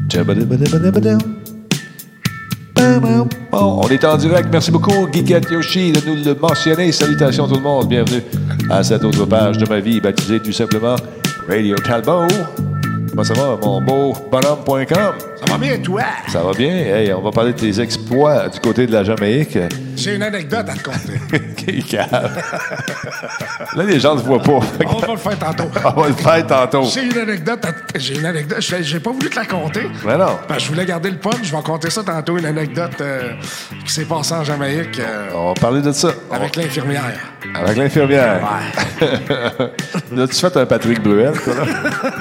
Bon, on est en direct. Merci beaucoup, Guiquette Yoshi, de nous le mentionner. Salutations tout le monde. Bienvenue à cette autre page de ma vie, baptisée tout simplement Radio Talbot. Comment ça va, mon beau bonhomme.com? Ça va bien, toi? Ça va bien. Hey, on va parler de tes exploits du côté de la Jamaïque. J'ai une anecdote à te conter. Quel cave. Là, les gens ne te voient pas. On va le faire tantôt. On va le faire tantôt. J'ai une anecdote. J'ai pas voulu te la compter. Mais non. Parce que je voulais garder le punch. Je vais raconter ça tantôt, une anecdote qui s'est passée en Jamaïque. On va parler de ça. Avec l'infirmière. Avec l'infirmière. Ouais. Là-tu fait un Patrick Bruel, toi, là?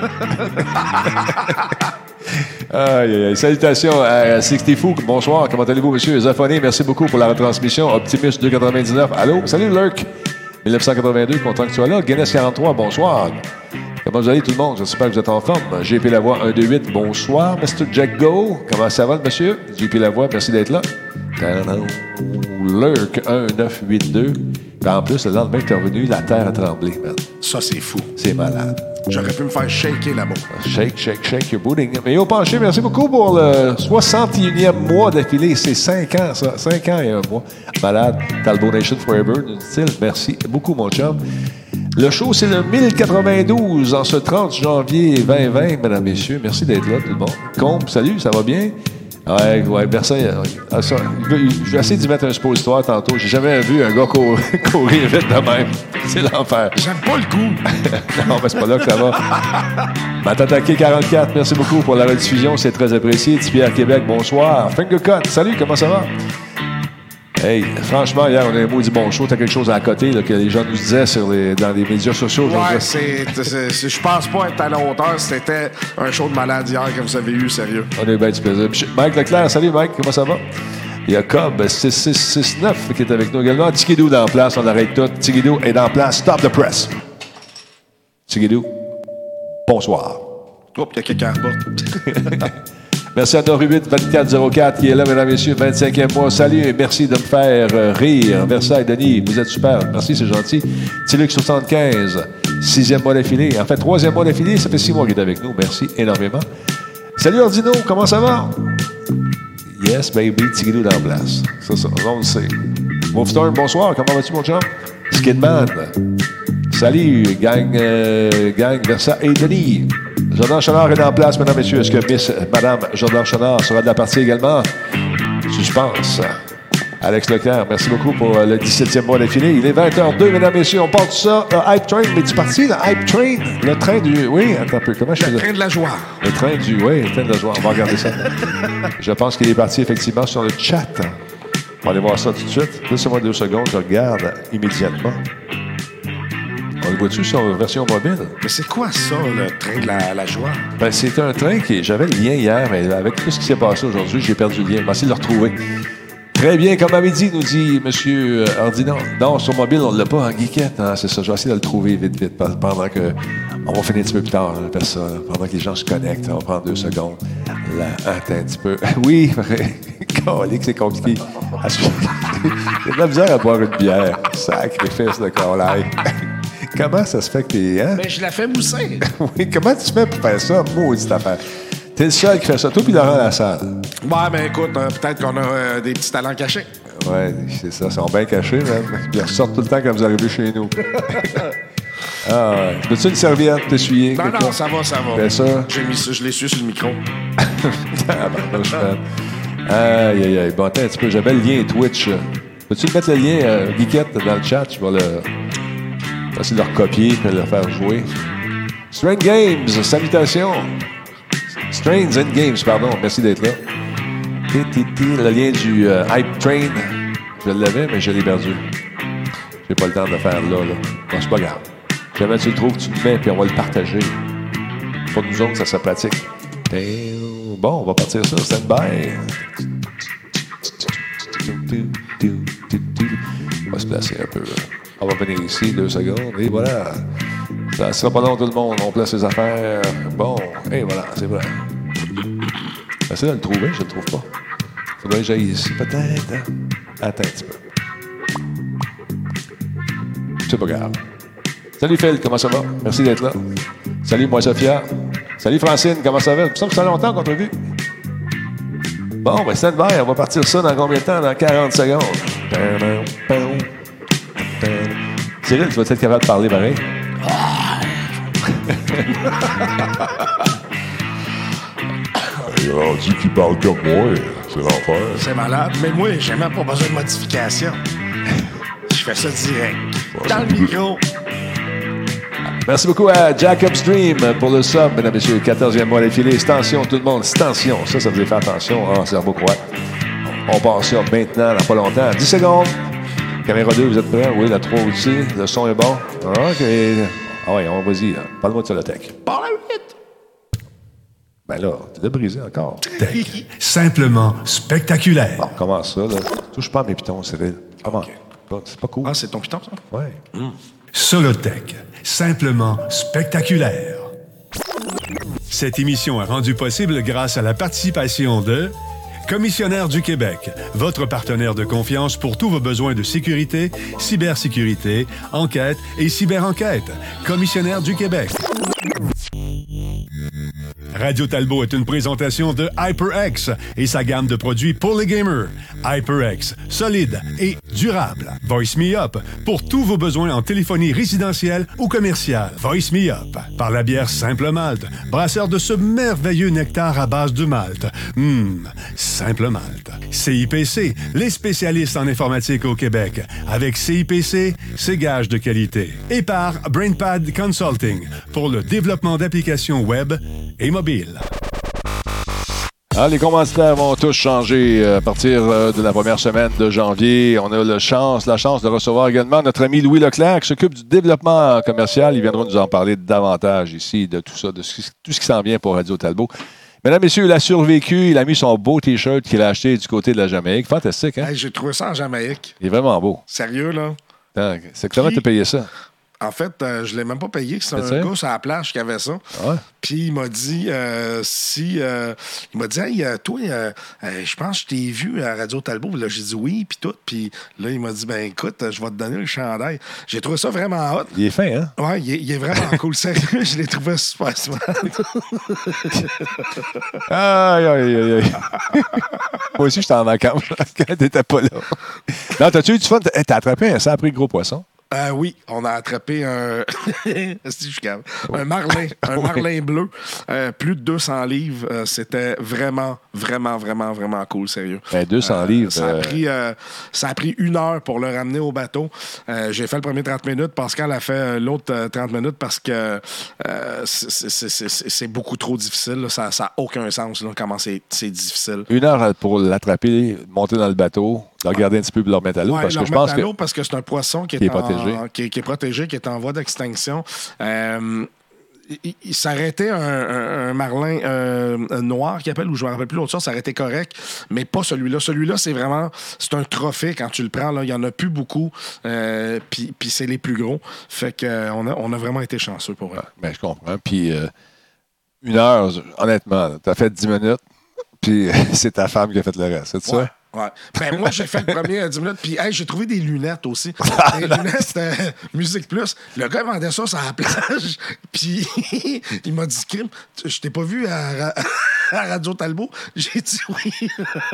Aïe, aïe, aïe. Salutations à Sixty Fou. Bonsoir. Comment allez-vous, monsieur Zaffoné? Merci beaucoup pour la retransmission. Optimus 299. Allô? Salut, Lurk. 1982, content que tu sois là. Guinness 43, bonsoir. Comment vous allez, tout le monde? J'espère que vous êtes en forme. JP Lavoie 128, bonsoir. Mr. Jack Go. Comment ça va, monsieur? JP Lavoie, merci d'être là. Lurk 1982. Puis en plus, le lendemain que tu es revenu, la terre a tremblé, man. Ça, c'est fou. C'est malade. J'aurais pu me faire shaker là-bas. Shake, shake, shake your booting. Mais au penché, merci beaucoup pour le 61e mois d'affilée. C'est 5 ans, ça. 5 ans et un mois. Malade. Talbot Nation Forever, nous dit-il. Merci beaucoup, mon chum. Le show, c'est le 1092 en ce 30 janvier 2020, mesdames, messieurs. Merci d'être là, tout le monde. Combe, salut, ça va bien? Ouais, merci. Je vais essayer d'y mettre un suppositoire tantôt. J'ai jamais vu un gars courir vite de même. C'est l'enfer. J'aime pas le coup. Non, mais c'est pas là que ça va. Matataké 44, merci beaucoup pour la rediffusion. C'est très apprécié. Tipierre Québec, bonsoir. Fingercut, salut, comment ça va? Hey, franchement, hier, on a un mot du bon show. T'as quelque chose à côté là, que les gens nous disaient dans les médias sociaux. Ouais, je pense pas être à la hauteur. C'était un show de malade hier que vous avez eu, sérieux. On a eu bien du plaisir. Mike Leclerc, salut Mike, comment ça va? Il y a Cobb 6669 qui est avec nous également. Tigidou dans la place, on arrête tout. Tigidou est dans la place. Stop the press. Tigidou, bonsoir. Oups, il y a quelqu'un à la porte. Merci à Norubit 2404 qui est là, mesdames et messieurs, 25e mois. Salut et merci de me faire rire. Versailles, Denis, vous êtes super. Merci, c'est gentil. Tilux 75, 6e mois d'affilée. En fait, 3e mois d'affilée, ça fait 6 mois qu'il est avec nous. Merci énormément. Salut Ordino, comment ça va? Yes, baby, Tigidou dans la place. Ça, on le sait. Wolfstorm, bonsoir, comment vas-tu, mon chum? Skidman. Salut, gang Versailles et Denis. Jordan Chenard est en place, mesdames et messieurs. Est-ce que Madame Jordan Chenard sera de la partie également? Suspense. Alex Leclerc, merci beaucoup pour le 17e mois d'affilée. Il est 20h02, mesdames et messieurs. On part de ça. Hype Train, mais tu parti, le Hype Train? Le train du... Oui, attends un peu. Comment je fais? Le train de la joie. Le train du... Oui, le train de la joie. On va regarder ça. Je pense qu'il est parti effectivement sur le chat. On va aller voir ça tout de suite. Laissez-moi 2 secondes. Je regarde immédiatement. On le voit-tu sur la version mobile? Mais c'est quoi ça, le train de la joie? Ben, c'est un train qui... J'avais le lien hier, mais avec tout ce qui s'est passé aujourd'hui, j'ai perdu le lien. Je vais essayer de le retrouver. Très bien, comme à midi, nous dit M. Ardina. Non, sur mobile, on ne l'a pas en geekette. Hein, c'est ça, je vais essayer de le trouver vite, pendant que... On va finir un petit peu plus tard, hein, parce que pendant que les gens se connectent. On va prendre 2 secondes. Là, attends un petit peu. Oui, colique, c'est compliqué. J'ai de la misère à boire une bière. Sacrifice de colaille. Comment ça se fait que t'es... Hein? Ben, je la fais mousser. Oui, comment tu fais pour faire ça? Maudite affaire. T'es le seul qui fait ça. Toi puis Laurent Lassalle. Ouais, ben écoute, peut-être qu'on a des petits talents cachés. Ouais, c'est ça. Ils sont bien cachés, même. Ils ressortent tout le temps quand vous arrivez chez nous. Ah ouais. Veux-tu une serviette t'essuyer? Non, ça va. Fais ça. J'ai mis ça, je l'ai su sur le micro. Aïe, aïe, aïe. Bon, attends un petit peu. J'avais le lien Twitch. Peux-tu mettre le lien Geekette dans le chat? Je vais essayer de le recopier et de le faire jouer. Strain Games, salutations. Strains and Games, pardon. Merci d'être là. Le lien du Hype Train. Je l'avais, mais je l'ai perdu. J'ai pas le temps de le faire là. Non, c'est pas grave. Jamais tu le trouves, tu le mets, puis on va le partager. Pour nous autres, ça se pratique. Bon, on va partir ça. Stand by. On va se placer un peu. On va venir ici, 2 secondes, et voilà. Ça sera pas long, tout le monde. On place les affaires. Bon, et voilà, c'est vrai. J'essaie de le trouver, je le trouve pas. Faudrait que j'aille ici, peut-être. Hein? Attends un petit peu. C'est pas grave. Salut Phil, comment ça va? Merci d'être là. Salut, moi Sophia. Salut Francine, comment ça va? Il me semble que ça fait longtemps qu'on t'a vu. Bon, ben stand by, on va partir ça dans combien de temps? Dans 40 secondes. Cyril, tu vas être capable de parler pareil? Il est rendu qu'il parle comme moi. C'est l'enfer. C'est malade. Mais moi, j'ai même pas besoin de modification. Je fais ça direct. Dans le micro. Merci beaucoup à Jack Upstream pour le sub, mesdames et messieurs. 14e mois d'affilée. Tension, tout le monde. Tension. Ça veut dire faire attention. Ah, cerveau croate. On passe ça maintenant, dans pas longtemps. 10 secondes. Caméra 2, vous êtes prêts? Oui, la 3 aussi. Le son est bon. OK. Ah oui, on vas-y. Parle-moi de Solotech. Parle vite. Ben là, tu l'as brisé encore. Tech. Simplement spectaculaire. Bon, comment ça, là? Touche pas à mes pitons, Cyril. Comment? C'est pas cool. Ah, c'est ton piton, ça? Ouais. Solotech. Simplement spectaculaire. Cette émission est rendue possible grâce à la participation de Commissionnaire du Québec, votre partenaire de confiance pour tous vos besoins de sécurité, cybersécurité, enquête et cyberenquête. Commissionnaire du Québec. Radio Talbot est une présentation de HyperX et sa gamme de produits pour les gamers. HyperX, solide et durable. Voice Me Up, pour tous vos besoins en téléphonie résidentielle ou commerciale. Voice Me Up, par la bière Simple Malte, brasseur de ce merveilleux nectar à base de malt. Simple Malte. CIPC, les spécialistes en informatique au Québec. Avec CIPC, c'est gage de qualité. Et par BrainPad Consulting, pour le développement d'applications web et mobiles. Ah, les commanditaires vont tous changer à partir de la première semaine de janvier. On a la chance de recevoir également notre ami Louis Leclerc qui s'occupe du développement commercial. Il viendra nous en parler davantage ici, de tout ça, de tout ce qui s'en vient pour Radio Talbot. Mesdames, messieurs, il a survécu. Il a mis son beau T-shirt qu'il a acheté du côté de la Jamaïque. Fantastique, hein? Hey, j'ai trouvé ça en Jamaïque. Il est vraiment beau. Sérieux, là? Attends, comment t'as payé ça? En fait, je l'ai même pas payé. C'est un gars sur la plage qui avait ça. Ouais. Puis il m'a dit, il m'a dit, hey, toi, je pense que je t'ai vu à Radio Talbot. Là, j'ai dit oui, puis tout. Puis là, il m'a dit, ben écoute, je vais te donner le chandail. J'ai trouvé ça vraiment hot. Il est fin, hein? Ouais, il est vraiment cool. Sérieux, je l'ai trouvé super smart. Aïe, aïe, aïe, aïe. Moi aussi, j'étais en vacances quand t'étais pas là. Non, t'as-tu eu du fun? T'as attrapé un sacré gros poisson? Oui, on a attrapé un marlin bleu, plus de 200 livres. C'était vraiment cool, sérieux. 200 livres. Ça a pris 1 heure pour le ramener au bateau. J'ai fait le premier 30 minutes. Pascal a fait l'autre 30 minutes parce que c'est beaucoup trop difficile. Là. Ça n'a aucun sens là, comment c'est difficile. 1 heure pour l'attraper, monter dans le bateau, le regarder un petit peu et le remettre à l'eau. Ouais, parce que je pense que parce que c'est un poisson qui est protégé, qui est en voie d'extinction. Il s'arrêtait un marlin noir qui appelle, ou je ne me rappelle plus l'autre chose, ça aurait été correct, mais pas celui-là. Celui-là, c'est un trophée quand tu le prends. Là, il n'y en a plus beaucoup, puis c'est les plus gros. Fait qu'on a vraiment été chanceux pour eux. Ben, je comprends. Puis 1 heure, honnêtement, tu as fait 10 minutes, puis c'est ta femme qui a fait le reste, c'est ça? Ouais. Ben, moi, j'ai fait le premier 10 minutes, puis hey, j'ai trouvé des lunettes aussi. Des lunettes Musique Plus. Le gars vendait ça sur la plage, puis il m'a dit, Crime, je t'ai pas vu à Radio Talbot. J'ai dit oui.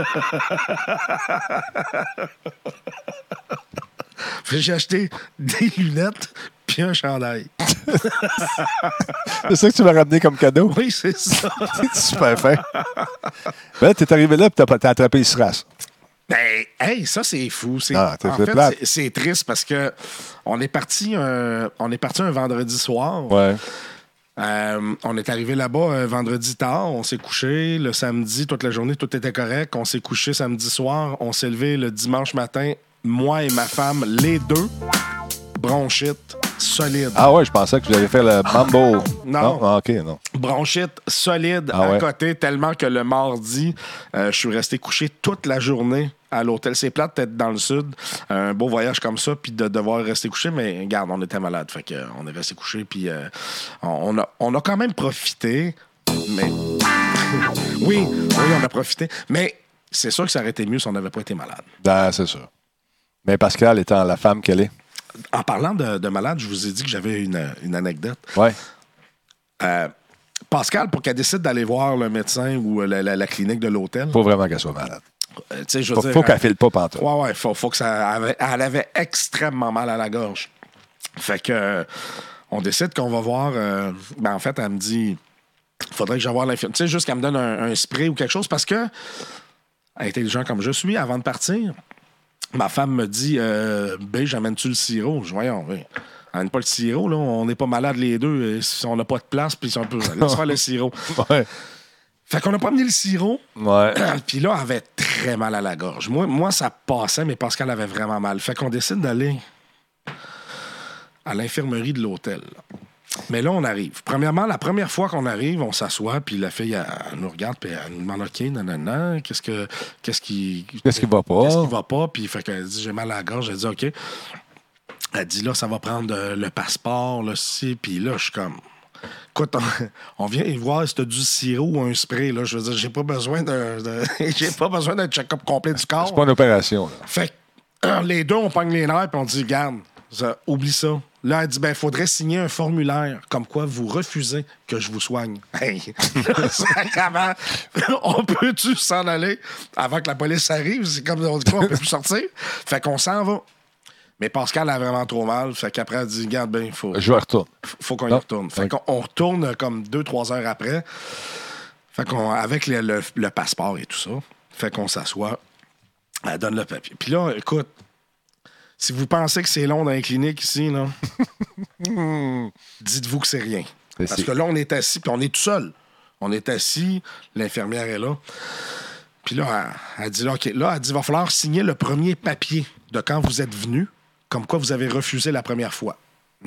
J'ai acheté des lunettes puis un chandail. C'est ça que tu m'as ramené comme cadeau? Oui, c'est ça. C'est super fin. Ben, t'es arrivé là et t'as attrapé le SRAS. Ben, hey, ça, c'est fou. C'est triste parce que on est parti un vendredi soir. Ouais. On est arrivé là-bas un vendredi tard. On s'est couché. Le samedi, toute la journée, tout était correct. On s'est couché samedi soir. On s'est levé le dimanche matin. Moi et ma femme, les deux, bronchite solide. Ah ouais, je pensais que vous alliez faire le mambo. Non. Ah, OK, non. Bronchite solide à côté, tellement que le mardi, je suis resté couché toute la journée à l'hôtel. C'est plate d'être dans le sud, un beau voyage comme ça, puis de devoir rester couché, mais regarde, on était malade, fait que on est resté couché, puis on a quand même profité, mais... oui, on a profité, mais c'est sûr que ça aurait été mieux si on n'avait pas été malade. Ben, c'est sûr. Mais Pascal étant la femme qu'elle est. En parlant de malade, je vous ai dit que j'avais une anecdote. Oui. Pascal, pour qu'elle décide d'aller voir le médecin ou la clinique de l'hôtel... Faut vraiment qu'elle soit malade. Faut qu'elle file pas pantoute. Ouais, faut que ça... Elle avait extrêmement mal à la gorge. Fait que... on décide qu'on va voir... en fait, elle me dit... faudrait que j'aille voir l'infirmière. Tu sais, juste qu'elle me donne un spray ou quelque chose, parce que, intelligent comme je suis, avant de partir, ma femme me dit j'amène-tu le sirop? Je dis, voyons, oui. Amène pas le sirop, là. On n'est pas malades les deux. Si on n'a pas de place, puis on peut... laisse faire le sirop. Ouais. Fait qu'on n'a pas amené le sirop. Ouais. Puis là, elle avait très mal à la gorge. Moi, ça passait, mais Pascal avait vraiment mal. Fait qu'on décide d'aller à l'infirmerie de l'hôtel. Mais là, on arrive. Premièrement, la première fois qu'on arrive, on s'assoit, puis la fille, elle nous regarde, puis elle nous demande, OK, nanana, qu'est-ce qui va pas? Qu'est-ce qui va pas? Puis fait qu'elle dit, j'ai mal à la gorge. Elle dit, OK. Elle dit, là, ça va prendre le passeport, là, si. Puis là, je suis comme... Écoute, on vient voir si t'as du sirop ou un spray, là. Je veux dire, j'ai pas besoin j'ai pas besoin d'un check-up complet du corps. C'est pas une opération, là. Fait que les deux, on pogne les nerfs, puis on dit, garde, oublie ça. Là, elle dit, faudrait signer un formulaire comme quoi vous refusez que je vous soigne. Hey! On peut-tu s'en aller avant que la police arrive? C'est comme, on dit quoi, on peut plus sortir? Fait qu'on s'en va. Mais Pascal a vraiment trop mal. Fait qu'après, elle dit, garde bien, je retourne. Faut qu'on y retourne. Fait qu'on retourne comme 2-3 heures après. Fait qu'on, avec le passeport et tout ça, fait qu'on s'assoit. Elle donne le papier. Puis là, écoute, si vous pensez que c'est long dans les cliniques ici, là, dites-vous que c'est rien. Parce que là, on est assis, puis on est tout seul. On est assis, l'infirmière est là. Puis là, elle dit, OK, là, elle dit, il va falloir signer le premier papier de quand vous êtes venu, comme quoi vous avez refusé la première fois.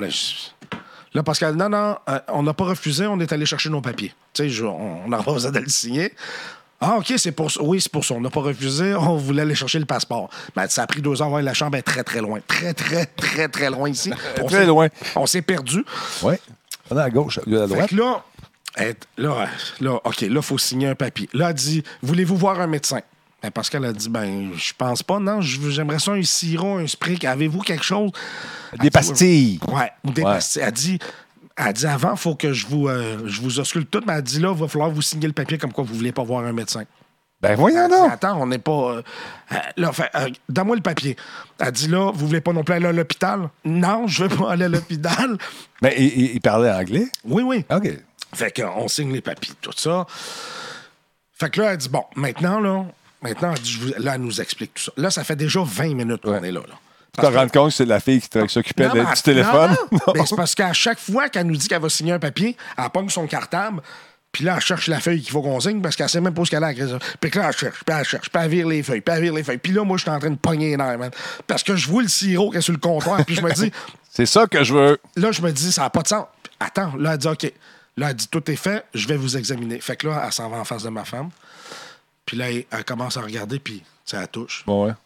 Là, Pascal, non, on n'a pas refusé, on est allé chercher nos papiers. Tu sais, on n'a pas besoin de le signer. Ah, OK, c'est pour ça. Oui, c'est pour ça. On n'a pas refusé. On voulait aller chercher le passeport. Ben, ça a pris 2 heures. Ouais, la chambre est très, très loin. Très, très, très, très loin ici. Très loin. On s'est perdu. Oui. On est à gauche, à droite. Fait que là, OK, là, il faut signer un papier. Là, elle dit, voulez-vous voir un médecin? Ben, Pascal a dit, je pense pas. Non, j'aimerais ça un sirop, un spray. Avez-vous quelque chose? Des pastilles. Ouais, des pastilles. Elle dit, avant, il faut que je vous ausculte tout, mais elle dit, là, il va falloir vous signer le papier comme quoi vous ne voulez pas voir un médecin. Ben, voyons donc. Attends, on n'est pas... là, donne-moi le papier. Elle dit, là, vous ne voulez pas non plus aller à l'hôpital? Non, je ne veux pas aller à l'hôpital. Mais il parlait anglais? Oui. OK. Fait qu'on signe les papiers, tout ça. Fait que là, elle dit, bon, maintenant, elle dit, là, elle nous explique tout ça. Là, ça fait déjà 20 minutes qu'on est là. Tu te rends compte que c'est la fille qui s'occupait du téléphone? Non. Mais c'est parce qu'à chaque fois qu'elle nous dit qu'elle va signer un papier, elle pogne son cartable, puis là, elle cherche la feuille qu'il faut qu'on signe parce qu'elle sait même pas ce qu'elle a. Puis là, elle cherche, puis elle vire les feuilles, Puis là, moi, je suis en train de pogner les nerfs, man. Parce que je vois le sirop qui est sur le comptoir, puis je me dis... c'est ça que je veux. Là, je me dis, ça n'a pas de sens. Attends, là, elle dit, OK. Là, elle dit, tout est fait, je vais vous examiner. Fait que là, elle s'en va en face de ma femme. Puis là, elle commence à regarder, puis ça la touche. Bon, ouais.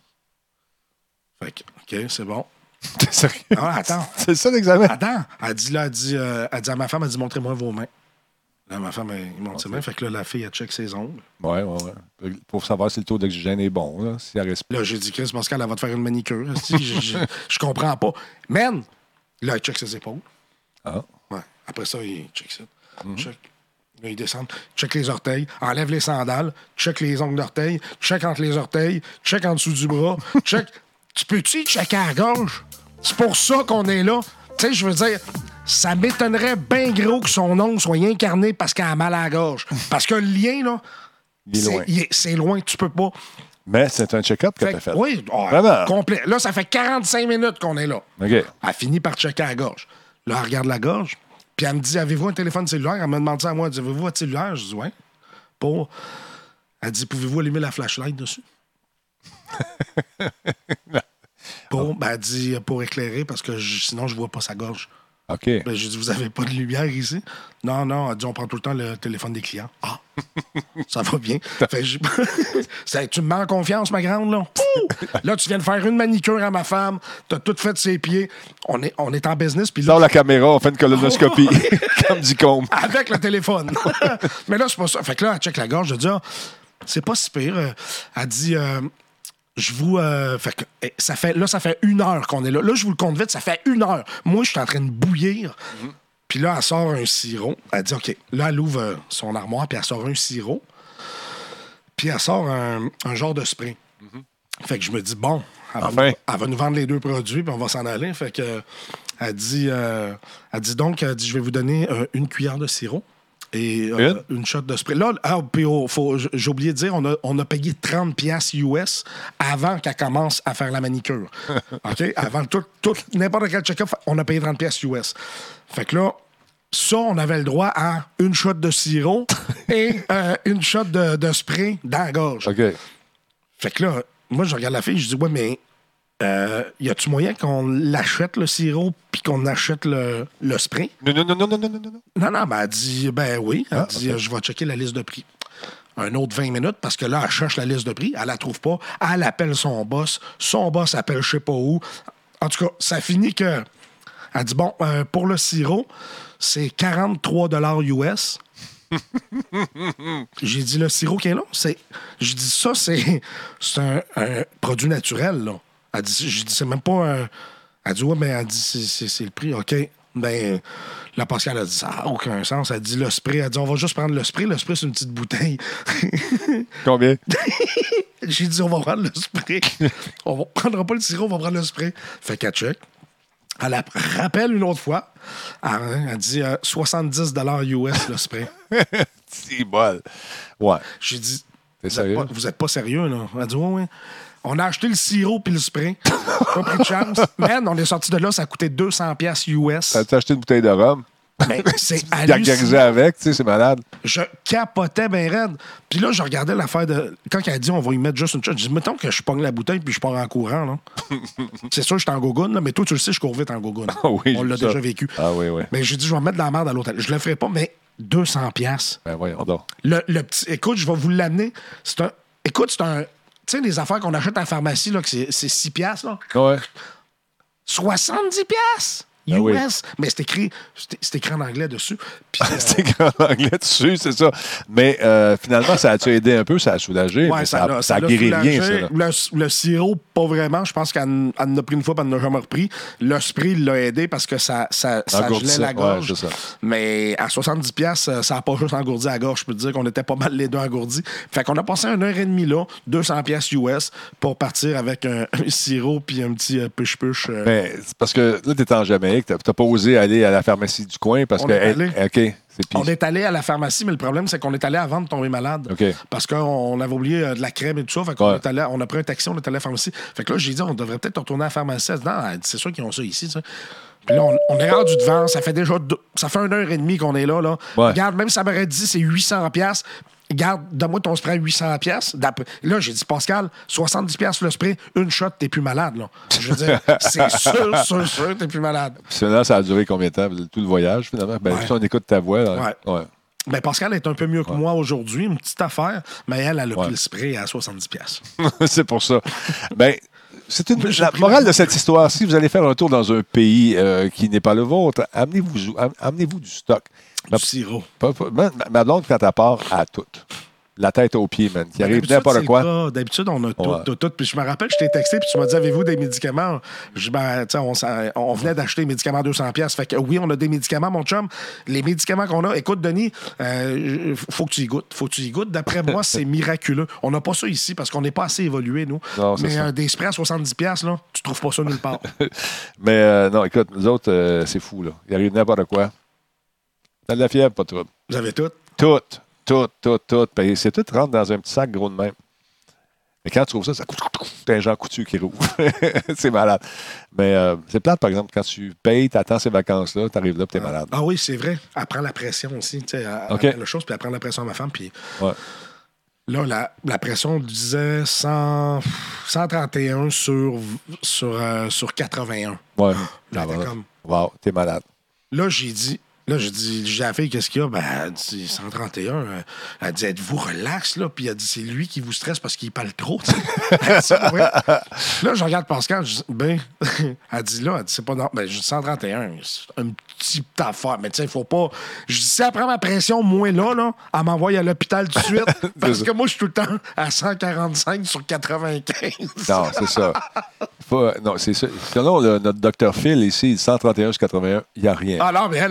Fait que, OK, c'est bon. T'es sérieux? Ah, attends. C'est ça l'examen? Attends. Elle dit à ma femme, montrez-moi vos mains. Là, ma femme, elle montre ses mains. Fait que là, la fille, elle check ses ongles. Ouais. Pour savoir si le taux d'oxygène est bon, là, si elle respire. Là, j'ai dit, Chris, Pascal, elle va te faire une manicure. Je comprends pas. Man! Là, il check ses épaules. Ah. Ouais. Après ça, il check ça. Check. Là, il descend. Check les orteils. Enlève les sandales. Check les ongles d'orteil. Check entre les orteils. Check en dessous du bras. Check. Tu peux-tu checker à la gorge? C'est pour ça qu'on est là. Tu sais, je veux dire, ça m'étonnerait bien gros que son ongle soit incarné parce qu'elle a mal à la gorge. Parce que le lien, là, c'est loin. Tu peux pas. Mais c'est un check-up que tu as fait. Oui, vraiment? Complet. Là, ça fait 45 minutes qu'on est là. OK. Elle finit par checker à la gorge. Là, elle regarde la gorge. Puis elle me dit, avez-vous un téléphone cellulaire? Elle me demande ça à moi. Elle dit, avez-vous votre cellulaire? Je dis, oui. Elle dit, pouvez-vous allumer la flashlight dessus? Elle dit, pour éclairer, parce que sinon, je vois pas sa gorge. OK. Ben, j'ai dit, vous avez pas de lumière ici? Non. Elle dit, on prend tout le temps le téléphone des clients. Ah, ça va bien. Fait, tu me mets en confiance, ma grande, là? Là, tu viens de faire une manicure à ma femme. T'as tout fait de ses pieds. On est en business. Puis là, sors la caméra, on fait une colonoscopie. Comme dit Combe. Avec le téléphone. Mais là, c'est pas ça. Fait que là, elle check la gorge. Je dis, c'est pas si pire. Elle dit... je vous... fait que, ça fait 1 heure qu'on est là. Là, je vous le compte vite, ça fait 1 heure. Moi, je suis en train de bouillir. Puis là, elle sort un sirop. Elle dit, OK. Là, elle ouvre son armoire, puis elle sort un sirop. Puis elle sort un genre de spray. Fait que je me dis, bon, elle va nous vendre les 2 produits, puis on va s'en aller. Fait que elle dit donc, je vais vous donner une cuillère de sirop et une shot de spray. Là, j'ai oublié de dire, on a payé 30$ US avant qu'elle commence à faire la manicure. OK? Avant n'importe quel check-up, on a payé 30$ US. Fait que là, ça, on avait le droit à une shot de sirop et une shot de spray dans la gorge. OK. Fait que là, moi, je regarde la fille, je dis, ouais, mais y a-tu moyen qu'on l'achète, le sirop, puis qu'on achète le spray? Non. Non, ben, elle dit, ben oui. Elle dit, je vais checker la liste de prix. Un autre 20 minutes, parce que là, elle cherche la liste de prix, elle la trouve pas, elle appelle son boss appelle je sais pas où. En tout cas, ça finit que... Elle dit, bon, pour le sirop, c'est 43$ US. J'ai dit, le sirop qui est là, j'ai dit, ça, c'est un produit naturel, là. Elle dit, j'ai dit, c'est même pas un... Elle dit, ouais, mais elle dit, c'est le prix. OK. Ben, la Pascal a dit, ça n'a aucun sens. Elle dit, le spray. Elle dit, on va juste prendre le spray. Le spray, c'est une petite bouteille. Combien? J'ai dit, on va prendre le spray. On ne prendra pas le sirop, on va prendre le spray. Fait qu'elle check. Elle rappelle une autre fois. Elle dit 70$ US le spray. C'est bol. Ouais. J'ai dit, vous êtes pas sérieux, là? Elle dit, ouais. On a acheté le sirop puis le spray. Pas pris de chance. Man, on est sorti de là, ça a coûté 200$ US. T'as acheté une bouteille de rhum? Ben, c'est gargarisé avec, tu sais, c'est malade. Je capotais bien raide. Puis là, je regardais l'affaire de... Quand elle a dit, on va y mettre juste une shot, je dis, mettons que je pogne la bouteille puis je pars en courant, là. C'est sûr, je suis en gogoune, là, mais toi, tu le sais, je cours vite en gogoune. Oui, on l'a déjà vécu. Ah oui. Mais j'ai dit, je vais me mettre de la merde à l'hôtel. Je le ferai pas, mais 200$. Ben voyons donc. Le petit... Écoute, je vais vous l'amener. C'est un... Tu sais, les affaires qu'on achète à la pharmacie, là, que c'est 6$, là. Ouais. 70$ Ben US. oui. Mais c'est écrit en anglais dessus. Puis, c'est écrit en anglais dessus, c'est ça. Mais finalement, ça a-tu aidé un peu? Ça a soulagé? Ouais, mais ça a guéri rien, ça. Là. Le sirop, pas vraiment. Je pense qu'elle en a pris une fois et elle n'en a jamais repris. Le spray l'a aidé parce que ça gelait la gorge. Ouais, c'est ça. Mais à 70$, ça n'a pas juste engourdi la gorge. Je peux te dire qu'on était pas mal les deux engourdis. Fait qu'on a passé 1h30 là, 200$ US pour partir avec un sirop puis un petit push-push. Mais c'est parce que là, t'es en Jamaïque. T'as pas osé aller à la pharmacie du coin parce On est allé à la pharmacie, mais le problème, c'est qu'on est allé avant de tomber malade. Okay. Parce qu'on avait oublié de la crème et tout ça. Fait qu'on on a pris un taxi, on est allé à la pharmacie. Fait que là, j'ai dit, on devrait peut-être retourner à la pharmacie. Elle dit, non, c'est sûr qu'ils ont ça ici, ça. Puis là, on est rendu devant. Ça fait déjà 1h30 qu'on est là. Ouais. Regarde, même si ça m'aurait dit c'est 800$. Regarde, donne-moi ton spray à 800$. Là, j'ai dit, Pascal, 70$ le spray, une shot, t'es plus malade. Là. Je veux dire, c'est sûr, t'es plus malade. Puis là, ça a duré combien de temps? Tout le voyage, finalement? Ben, si on écoute ta voix. Là, ouais. Ben, Pascal est un peu mieux que moi aujourd'hui, une petite affaire, mais elle a pris le spray à 70$. C'est pour ça. Ben, la morale de cette histoire, si vous allez faire un tour dans un pays qui n'est pas le vôtre, amenez-vous du stock. Du sirop. Ma blonde, quand elle part, à tout. La tête aux pieds, man. Qui arrive n'importe quoi. D'habitude, on a tout. Puis je me rappelle, je t'ai texté, puis tu m'as dit, avez-vous des médicaments? Je dis, ben, tu sais, on venait d'acheter des médicaments à 200$. Fait que oui, on a des médicaments, mon chum. Les médicaments qu'on a, écoute, Denis, faut que tu y goûtes. D'après moi, c'est miraculeux. On n'a pas ça ici parce qu'on n'est pas assez évolué, nous. Non, mais des sprays à 70$, là, tu trouves pas ça nulle part. Mais non, écoute, nous autres, c'est fou, là. Il arrive n'importe quoi. T'as de la fièvre, pas de trouble. Vous avez tout? Tout. Puis c'est tout rentre dans un petit sac gros de même. Mais quand tu trouves ça t'as un Jean Coutu qui roule. C'est malade. Mais c'est plate, par exemple, quand tu payes, t'attends ces vacances-là, t'arrives là, puis t'es malade. Ah oui, c'est vrai. Elle prend la pression aussi. Tu sais, la chose, puis elle prend la pression à ma femme. Puis là, la pression disait 131 sur 81. Ouais. Là, comme... Wow, t'es malade. Là, j'ai dit à la fille, qu'est-ce qu'il y a? Ben, elle dit 131. Elle dit, êtes-vous relax, là? Puis elle dit, c'est lui qui vous stresse parce qu'il parle trop. Là, je regarde Pascal, je dis, elle dit, c'est pas normal. Ben, je dis 131, c'est une petite affaire. Mais tu sais, il faut pas. Je dis, si elle prend ma pression, moi, là, elle m'envoie à l'hôpital tout de suite. Parce que moi, je suis tout le temps à 145 sur 95. Non, c'est ça. Non, c'est ça. Selon notre docteur Phil, ici, 131 sur 81, il n'y a rien. Ah non, mais elle avait les yeux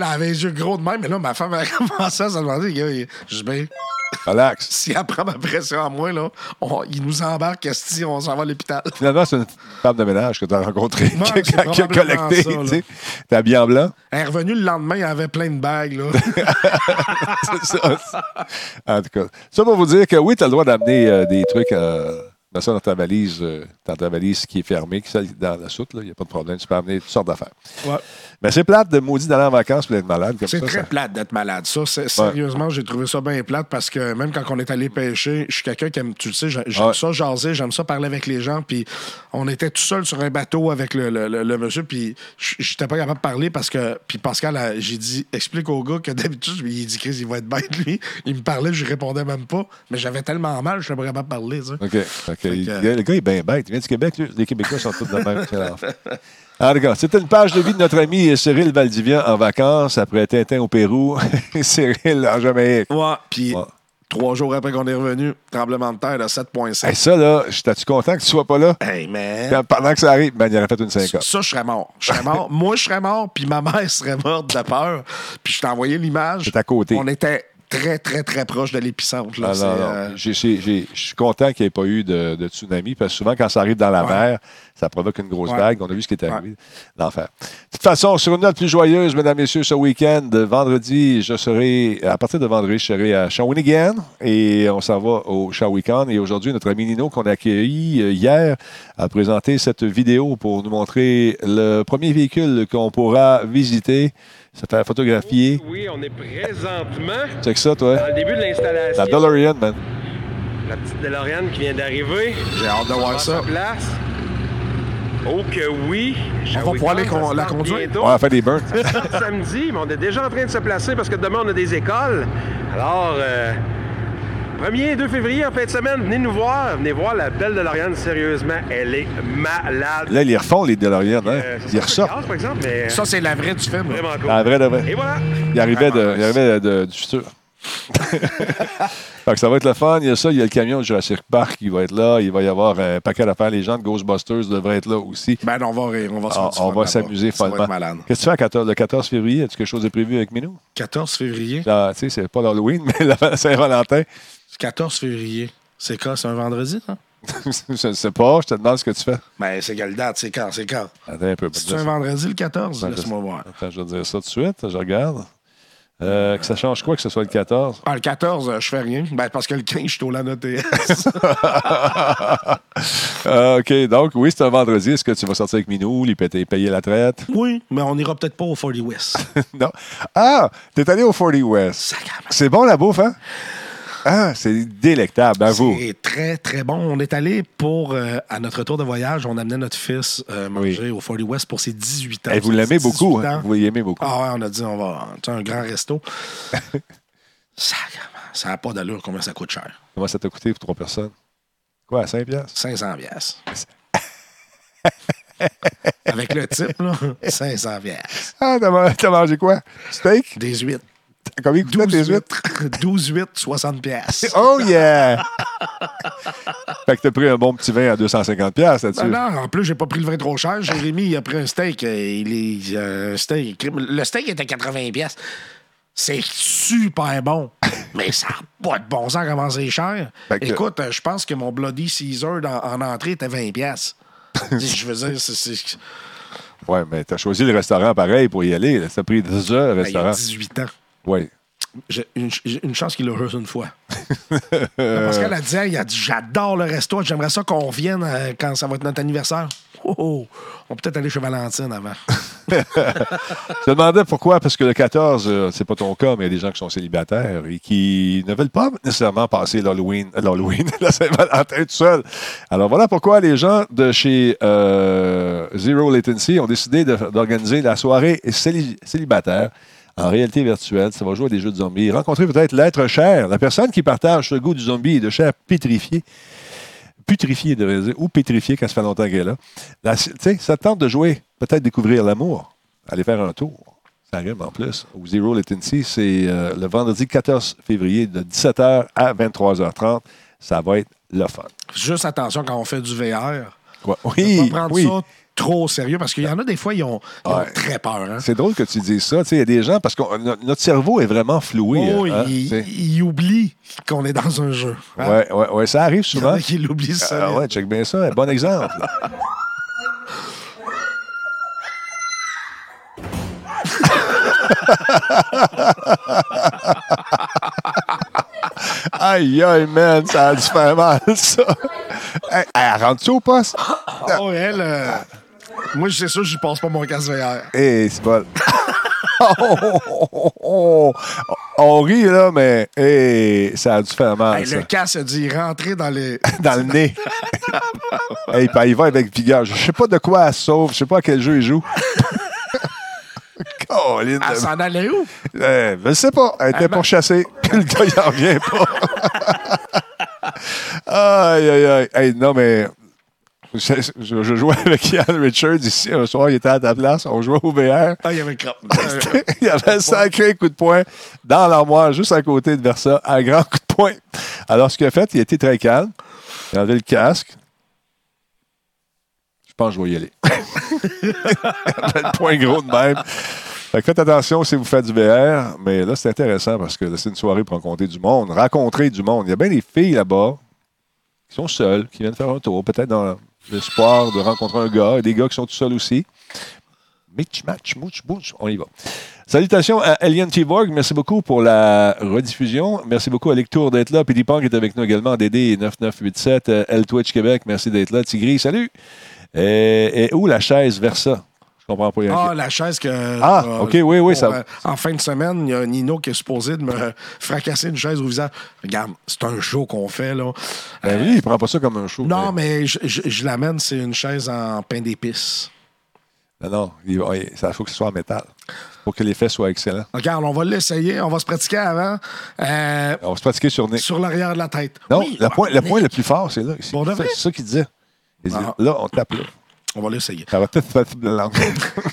gros de même. Mais là, ma femme a commencé à se demander. Je dis, ben, relax. Si elle prend ma pression à moi, là, il nous embarque, si on s'en va à l'hôpital. Finalement, c'est une femme de ménage que tu as rencontrée qui a collecté. T'es habillé en blanc. Elle est revenue le lendemain, elle avait plein de bagues. Là. C'est ça. En tout cas, ça pour vous dire que oui, tu as le droit d'amener des trucs. Mets ça dans ta valise qui est fermée, qui est dans la soute, il n'y a pas de problème. Tu peux amener toutes sortes d'affaires. Ouais. Mais c'est plate de maudit d'aller en vacances et d'être malade comme ça. C'est très plate d'être malade. Ça, sérieusement, j'ai trouvé ça bien plate parce que même quand on est allé pêcher, je suis quelqu'un qui aime, tu le sais, j'aime ça jaser, j'aime ça parler avec les gens. Puis on était tout seul sur un bateau avec le monsieur, puis j'étais pas capable de parler parce que. Puis Pascal, j'ai dit, explique au gars que d'habitude, il dit, Chris, il va être bête, lui. Il me parlait, je répondais même pas. Mais j'avais tellement mal, je n'étais pas capable de parler. Ça. OK. Le gars est bien bête. Il vient du Québec. Les Québécois sont tous de même. En tout cas, c'était une page de vie de notre ami Cyril Valdivia en vacances après Tintin au Pérou. Cyril en Jamaïque. Ouais, puis 3 jours après qu'on est revenu, tremblement de terre de 7,5. Hey, ça, là, j'étais-tu content que tu sois pas là? Hey, man. Pendant que ça arrive, il aurait fait une syncope. Ça, je serais mort. Moi, je serais mort, puis ma mère serait morte de peur. Puis je t'ai envoyé l'image. C'est à côté. On était très, très, très proche de l'épicentre. Là. Non. Je suis content qu'il n'y ait pas eu de tsunami, parce que souvent, quand ça arrive dans la mer, ça provoque une grosse vague. On a vu ce qui est arrivé. L'enfer. De toute façon, sur une note plus joyeuse, mesdames et messieurs, ce week-end, vendredi, à partir de vendredi, je serai à Shawinigan et on s'en va au Shawinigan. Et aujourd'hui, notre ami Nino, qu'on a accueilli hier, a présenté cette vidéo pour nous montrer le premier véhicule qu'on pourra visiter. Se faire photographier. Oui, on est présentement. Check ça, toi. Dans le début de l'installation. La DeLorean, man. La petite DeLorean qui vient d'arriver. J'ai hâte de voir ça. Place. Oh que oui. On va pouvoir la conduire. On va faire des burns. Samedi, mais on est déjà en train de se placer parce que demain, on a des écoles. Alors, 1er et 2 février, en fin de semaine, venez nous voir. Venez voir la belle DeLorean. Sérieusement, elle est malade. Là, ils les refont, les DeLorean. Hein? Ils ressortent. Par exemple, mais, ça, c'est la vraie du film. Vraiment cool. La vraie de vrai. Et voilà. Il arrivait du futur. Fait que ça va être le fun. Il y a ça, il y a le camion de Jurassic Park qui va être là. Il va y avoir un paquet d'affaires. Les gens de Ghostbusters devraient être là aussi. Ben, on va rire. On va s'amuser follement. Qu'est-ce que tu fais le 14 février? As-tu quelque chose de prévu avec Minou? 14 février? Tu sais, c'est pas l'Halloween, mais la Saint-Valentin. 14 février. C'est quand? C'est un vendredi, ça? Je ne sais pas. Je te demande ce que tu fais. Ben, c'est quelle date? C'est quand? Attends un peu. C'est un vendredi, le 14? Laisse-moi voir. Attends, je vais dire ça tout de suite. Je regarde. Que ça change quoi que ce soit le 14? Ah, le 14, je fais rien. Ben, parce que le 15, je suis au LANOTS. OK. Donc, oui, c'est un vendredi. Est-ce que tu vas sortir avec Minou, lui payer la traite? Oui, mais on n'ira peut-être pas au 40 West. Non. Ah, t'es allé au 40 West. C'est bon la bouffe, hein? Ah, c'est délectable, avoue. C'est très, très bon. On est allé à notre retour de voyage, on amenait notre fils manger au 40 West pour ses 18 ans. Et vous l'aimez beaucoup, hein? Vous l'aimez beaucoup. Ah ouais, on a dit, on va... Tu sais, un grand resto. Ça n'a pas d'allure combien ça coûte cher. Comment ça t'a coûté pour 3 personnes? Quoi, à 5 piastres? 500 piastres. Avec le type, là, 500 piastres. Ah, t'as mangé quoi? Steak? Des huîtres. Combien coûtent tes huîtres? 12 huîtres, 60 piastres. Oh yeah! Fait que t'as pris un bon petit vin à 250 piastres là-dessus. Non, en plus, j'ai pas pris le vin trop cher. Jérémy, il a pris un steak. Le steak était 80 piastres. C'est super bon. Mais ça n'a pas de bon sens comment c'est cher. Écoute, je pense que mon Bloody Caesar en entrée était 20 piastres. Je veux dire, c'est... Ouais, mais t'as choisi le restaurant pareil pour y aller. T'as pris 2 heures le restaurant. Il y a 18 ans. Oui. J'ai une chance qu'il l'a reçu une fois. Parce qu'elle a dit, j'adore le resto, j'aimerais ça qu'on revienne quand ça va être notre anniversaire. On va peut-être aller chez Valentine avant. Je te demandais pourquoi, parce que le 14, c'est pas ton cas, mais il y a des gens qui sont célibataires et qui ne veulent pas nécessairement passer l'Halloween, la Saint-Valentin tout seul. Alors voilà pourquoi les gens de chez Zero Latency ont décidé d'organiser la soirée célibataire en réalité virtuelle. Ça va jouer à des jeux de zombies. Rencontrer peut-être l'être cher, la personne qui partage ce goût du zombie et de chair pétrifiée. Putrifiée, devrais dire, ou pétrifiée quand ça fait longtemps qu'elle est là. Tu sais, ça te tente de jouer, peut-être découvrir l'amour, aller faire un tour. Ça rime en plus. Au Zero Latency, c'est le vendredi 14 février de 17h à 23h30. Ça va être le fun. Juste attention quand on fait du VR. Quoi? Oui, on va prendre ça trop sérieux parce qu'il y en a des fois, ils ont très peur. Hein? C'est drôle que tu dises ça. Il y a des gens, parce que notre cerveau est vraiment floué. Oh, il oublie qu'on est dans un jeu. Hein? Oui, ça arrive souvent. Il oublie ça. Oui, check bien ça. Bon exemple. Aïe, aïe, man, ça a dû faire mal, ça. Elle rentre-tu au poste? Oh, elle... Moi, c'est sûr, je passe pas mon casque VR. C'est pas... On rit, là, mais ça a dû faire mal, ça. Le casque a dû rentrer dans les... dans le nez. Il va avec vigueur. Je sais pas de quoi elle sauve. Je sais pas à quel jeu il joue. Elle s'en allait où? Je sais pas. Elle était pourchassée. Puis le gars, il en revient pas. Aïe. Non, mais... Je jouais avec Ian Richards ici. Un soir, il était à ta place. On jouait au VR. Il y avait il y avait un sacré coup de poing dans l'armoire, juste à côté de Versa, un grand coup de poing. Alors, ce qu'il a fait, il a été très calme. Il a enlevé le casque. Je pense que je vais y aller. Il avait le poing gros de même. Fait que faites attention si vous faites du VR. Mais là, c'est intéressant parce que c'est une soirée pour rencontrer du monde. Rencontrer du monde. Il y a bien des filles là-bas qui sont seules, qui viennent faire un tour, peut-être dans l'espoir de rencontrer un gars, et des gars qui sont tout seuls aussi. Mitch, match, mouch, bouch, on y va. Salutations à Alien T-Borg, merci beaucoup pour la rediffusion. Merci beaucoup à Lectour d'être là. P.D. Punk est avec nous également, DD 9987, L-Twitch Québec, merci d'être là. Tigri, salut. Et où la chaise Versa? Je comprends pas. La chaise que... OK, oui, ça... en fin de semaine, il y a Nino qui est supposé de me fracasser une chaise au visage. Regarde, c'est un show qu'on fait, là. Oui, il prend pas ça comme un show. Non, mais je l'amène, c'est une chaise en pain d'épices. Non, il faut que ce soit en métal. Pour que l'effet soit excellent. Regarde, on va l'essayer. On va se pratiquer avant. On va se pratiquer sur Sur l'arrière de la tête. Non, oui, le point le plus fort, c'est là. C'est ça qu'il disait. Là, on tape là. On va l'essayer. Ça va peut-être faire de la langue.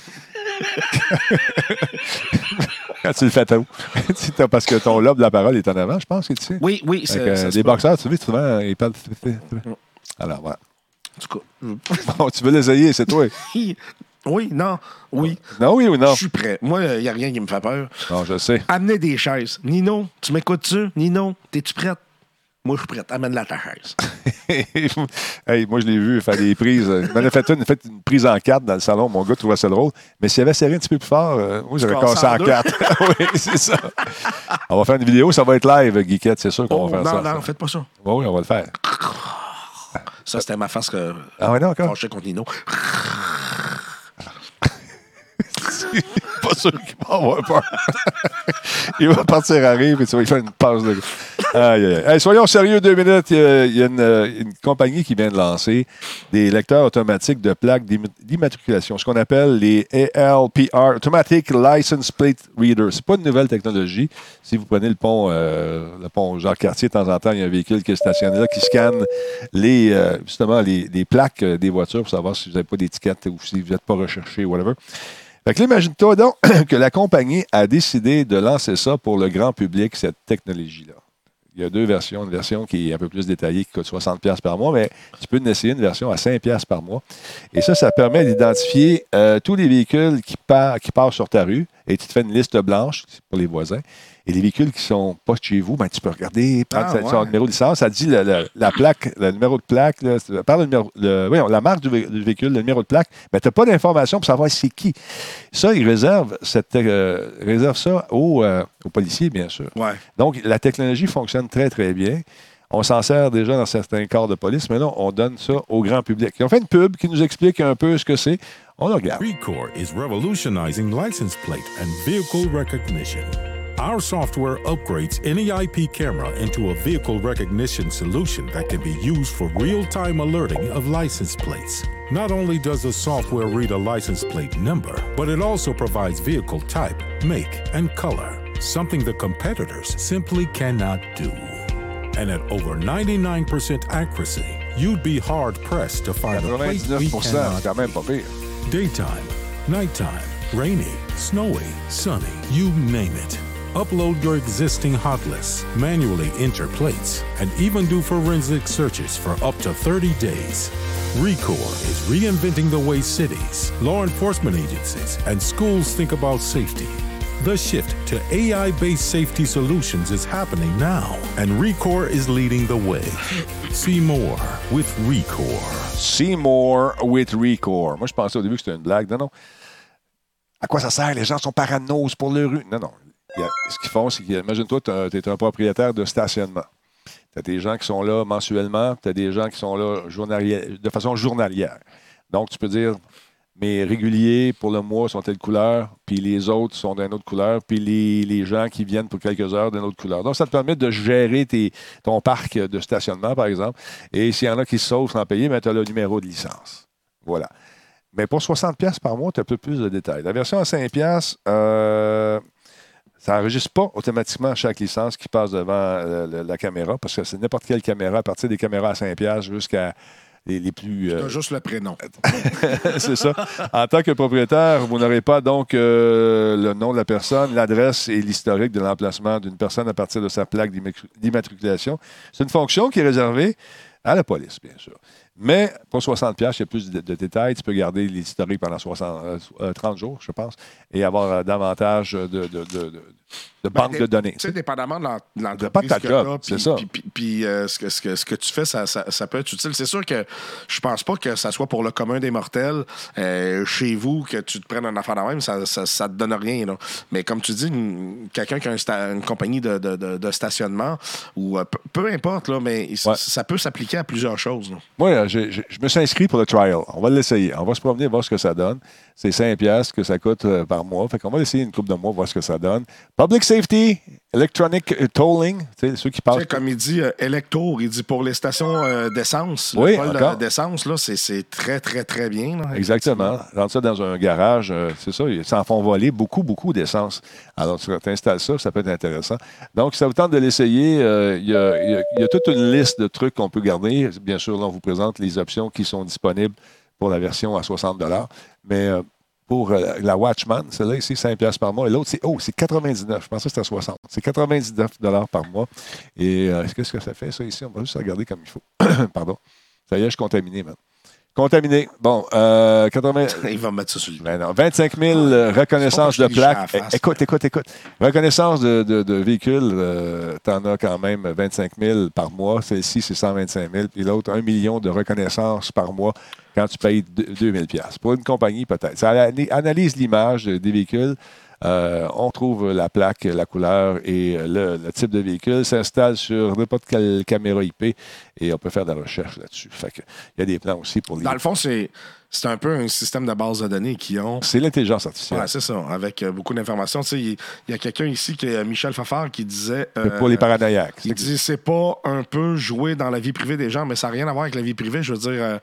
Quand tu le fais où? Parce que ton lobe de la parole est en avant, je pense que tu sais. Oui. Les boxeurs, tu sais, souvent, ils parlent. Alors, voilà. En tout cas. Bon, tu veux l'essayer, c'est toi. Oui, non, oui. Non, oui ou non? Je suis prêt. Moi, il n'y a rien qui me fait peur. Non, je sais. Amenez des chaises. Nino, tu m'écoutes-tu? Nino, t'es-tu prête? Moi, je suis prête. Amène-la ta chaise. Hey, moi, je l'ai vu faire des prises. Il m'en a fait une prise en 4 dans le salon. Mon gars trouvait ça drôle. Mais s'il avait serré un petit peu plus fort, moi, j'aurais cassé en 4. Oui, c'est ça. On va faire une vidéo. Ça va être live, Guiquette. C'est sûr qu'on va faire ça. Non, faites pas ça. Oui, on va le faire. Ça, c'était ma face que... Ah oui, non, encore? Fâché contre Nino. Pas sûr qu'il va avoir peur. Il va partir à rire et tu vas lui faire une passe de... Hey, soyons sérieux 2 minutes. Il y a une compagnie qui vient de lancer des lecteurs automatiques de plaques d'immatriculation, ce qu'on appelle les ALPR, Automatic License Plate Reader. C'est pas une nouvelle technologie. Si vous prenez le pont Jacques-Cartier, de temps en temps, il y a un véhicule qui est stationné là, qui scanne justement les plaques des voitures pour savoir si vous n'avez pas d'étiquette ou si vous n'êtes pas recherché ou whatever. Fait que imagine-toi donc que la compagnie a décidé de lancer ça pour le grand public, cette technologie-là. Il y a 2 versions. Une version qui est un peu plus détaillée, qui coûte 60$ par mois, mais tu peux en essayer une version à 5$ par mois. Et ça permet d'identifier tous les véhicules qui passent sur ta rue et tu te fais une liste blanche pour les voisins. Et les véhicules qui ne sont pas chez vous, ben, tu peux regarder, prendre son numéro de licence. Ça dit la plaque, le numéro de plaque, là, la marque du véhicule, le numéro de plaque. Mais tu n'as pas d'informations pour savoir c'est qui. Ça, ils réservent ça aux policiers, bien sûr. Ouais. Donc, la technologie fonctionne très, très bien. On s'en sert déjà dans certains corps de police, mais là, on donne ça au grand public. Ils ont fait une pub qui nous explique un peu ce que c'est. On le regarde. Rekor is revolutionizing license plate and vehicle recognition. Our software upgrades any IP camera into a vehicle recognition solution that can be used for real-time alerting of license plates. Not only does the software read a license plate number, but it also provides vehicle type, make, and color, something the competitors simply cannot do. And at over 99% accuracy, you'd be hard-pressed to find a plate we cannot quand même pas pire. Daytime, nighttime, rainy, snowy, sunny, you name it. upload your existing hot lists, manually enter plates, and even do forensic searches for up to 30 days. Rekor is reinventing the way cities, law enforcement agencies, and schools think about safety. The shift to AI-based safety solutions is happening now, and Rekor is leading the way. See more with Rekor. See more with Rekor. Moi, je pensais au début que c'était une blague. Non. À quoi ça sert? Les gens sont parano pour le rue. Non. Ce qu'ils font, c'est qu'imagine-toi, tu es un propriétaire de stationnement. Tu as des gens qui sont là mensuellement, tu as des gens qui sont là de façon journalière. Donc, tu peux dire... Mes réguliers pour le mois sont telle couleur, puis les autres sont d'une autre couleur, puis les gens qui viennent pour quelques heures d'une autre couleur. Donc, ça te permet de gérer ton parc de stationnement, par exemple. Et s'il y en a qui se sauvent sans payer, tu as le numéro de licence. Voilà. Mais pour 60$ par mois, tu as un peu plus de détails. La version à 5$, ça n'enregistre pas automatiquement chaque licence qui passe devant la caméra, parce que c'est n'importe quelle caméra, à partir des caméras à 5$ jusqu'à les plus... Tu as juste le prénom. C'est ça. En tant que propriétaire, vous n'aurez pas donc le nom de la personne, l'adresse et l'historique de l'emplacement d'une personne à partir de sa plaque d'immatriculation. C'est une fonction qui est réservée à la police, bien sûr. Mais pour 60$, il y a plus de détails. Tu peux garder l'historique pendant 30 jours, je pense, et avoir davantage de banque de données. Tu sais, dépendamment de l'entreprise pas de ta job, c'est ça. Puis ce que tu fais, ça peut être utile. C'est sûr que je pense pas que ça soit pour le commun des mortels chez vous que tu te prennes un affaire de même, ça te donne rien. Là. Mais comme tu dis, quelqu'un qui a une compagnie de stationnement, ou peu importe, là, mais ça peut s'appliquer à plusieurs choses. Là. Moi, je me suis inscrit pour le trial. On va l'essayer. On va se promener, voir ce que ça donne. C'est 5$ que ça coûte par mois. Fait qu'on va essayer une couple de mois, voir ce que ça donne. Public Safety, Electronic Tolling, tu sais, ceux qui passent. Comme il dit, Electour, il dit pour les stations d'essence. Oui, le vol d'essence, là, c'est très, très, très bien. Là, exactement. Rentre ça dans un garage, c'est ça, ils s'en font voler beaucoup, beaucoup d'essence. Alors, tu installes ça peut être intéressant. Donc, ça vous tente de l'essayer. Il y a toute une liste de trucs qu'on peut garder. Bien sûr, là, on vous présente les options qui sont disponibles pour la version à 60$. Mais pour la Watchman, celle-là ici, 5$ par mois. Et l'autre, c'est 99$. Je pensais que c'était 60$. C'est 99$ par mois. Et qu'est-ce que ça fait, ça, ici? On va juste regarder comme il faut. Pardon. Ça y est, je suis contaminé, man. Contaminé. Bon, 80... Il va me mettre ça sur le... Ben non, 25 000 reconnaissances de plaques. Écoute. Reconnaissance de véhicules, t'en as quand même 25 000 par mois. Celle-ci, c'est 125 000. Puis l'autre, 1 million de reconnaissances par mois quand tu payes 2 000 $. Pour une compagnie, peut-être. Ça analyse l'image des véhicules. On trouve la plaque, la couleur et le type de véhicule, s'installe sur n'importe quelle caméra IP et on peut faire de la recherche là-dessus. Fait que, il y a des plans aussi pour les... Dans le fond, c'est un peu un système de base de données qui ont... C'est l'intelligence artificielle. Oui, c'est ça, avec beaucoup d'informations. Tu sais, il y a quelqu'un ici, qui est Michel Fafard, qui disait... pour les paranoïaques. Il dit, c'est pas un peu jouer dans la vie privée des gens, mais ça n'a rien à voir avec la vie privée. Je veux dire,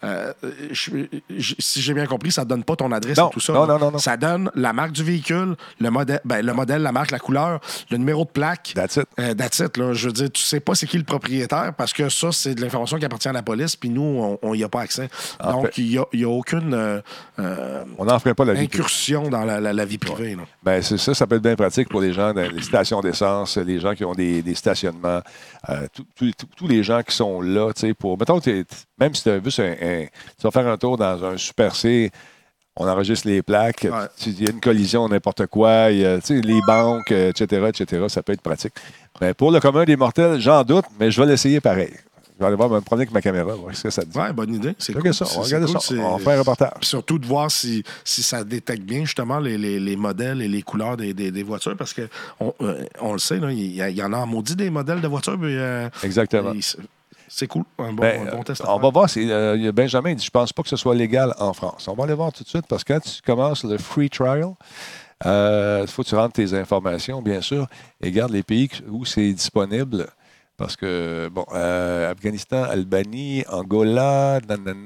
si j'ai bien compris, ça ne donne pas ton adresse et tout ça. Non. Ça donne la marque du véhicule, le modèle, la marque, la couleur, le numéro de plaque. That's it. That's it, là. Je veux dire, tu sais pas c'est qui le propriétaire, parce que ça, c'est de l'information qui appartient à la police, puis nous, on n'y a pas accès. Donc, il n'y a aucune on n'en ferait pas la vie incursion dans la vie privée. Ouais. Ben, c'est ça, ça peut être bien pratique pour les gens dans les stations d'essence, les gens qui ont des stationnements, tous les gens qui sont là, tu sais, pour... Mettons, même si tu as vu, tu vas faire un tour dans un Super C, on enregistre les plaques, il y a une collision, n'importe quoi, les banques, etc., ça peut être pratique. Mais pour le commun des mortels, j'en doute, mais je vais l'essayer pareil. Je vais aller voir, me promener avec ma caméra, voir ce que ça dit. Oui, bonne idée. C'est cool. Ça. On va regarder ça. On va faire un reportage. Puis surtout de voir si ça détecte bien, justement, les modèles et les couleurs des voitures, parce qu'on le sait, là, il y en a en maudit des modèles de voitures. Exactement. C'est cool. Un bon test. On va voir. Benjamin dit, je pense pas que ce soit légal en France. On va aller voir tout de suite, parce que quand tu commences le free trial, il faut que tu rentres tes informations, bien sûr, et garde les pays où c'est disponible. Parce que, Afghanistan, Albanie, Angola,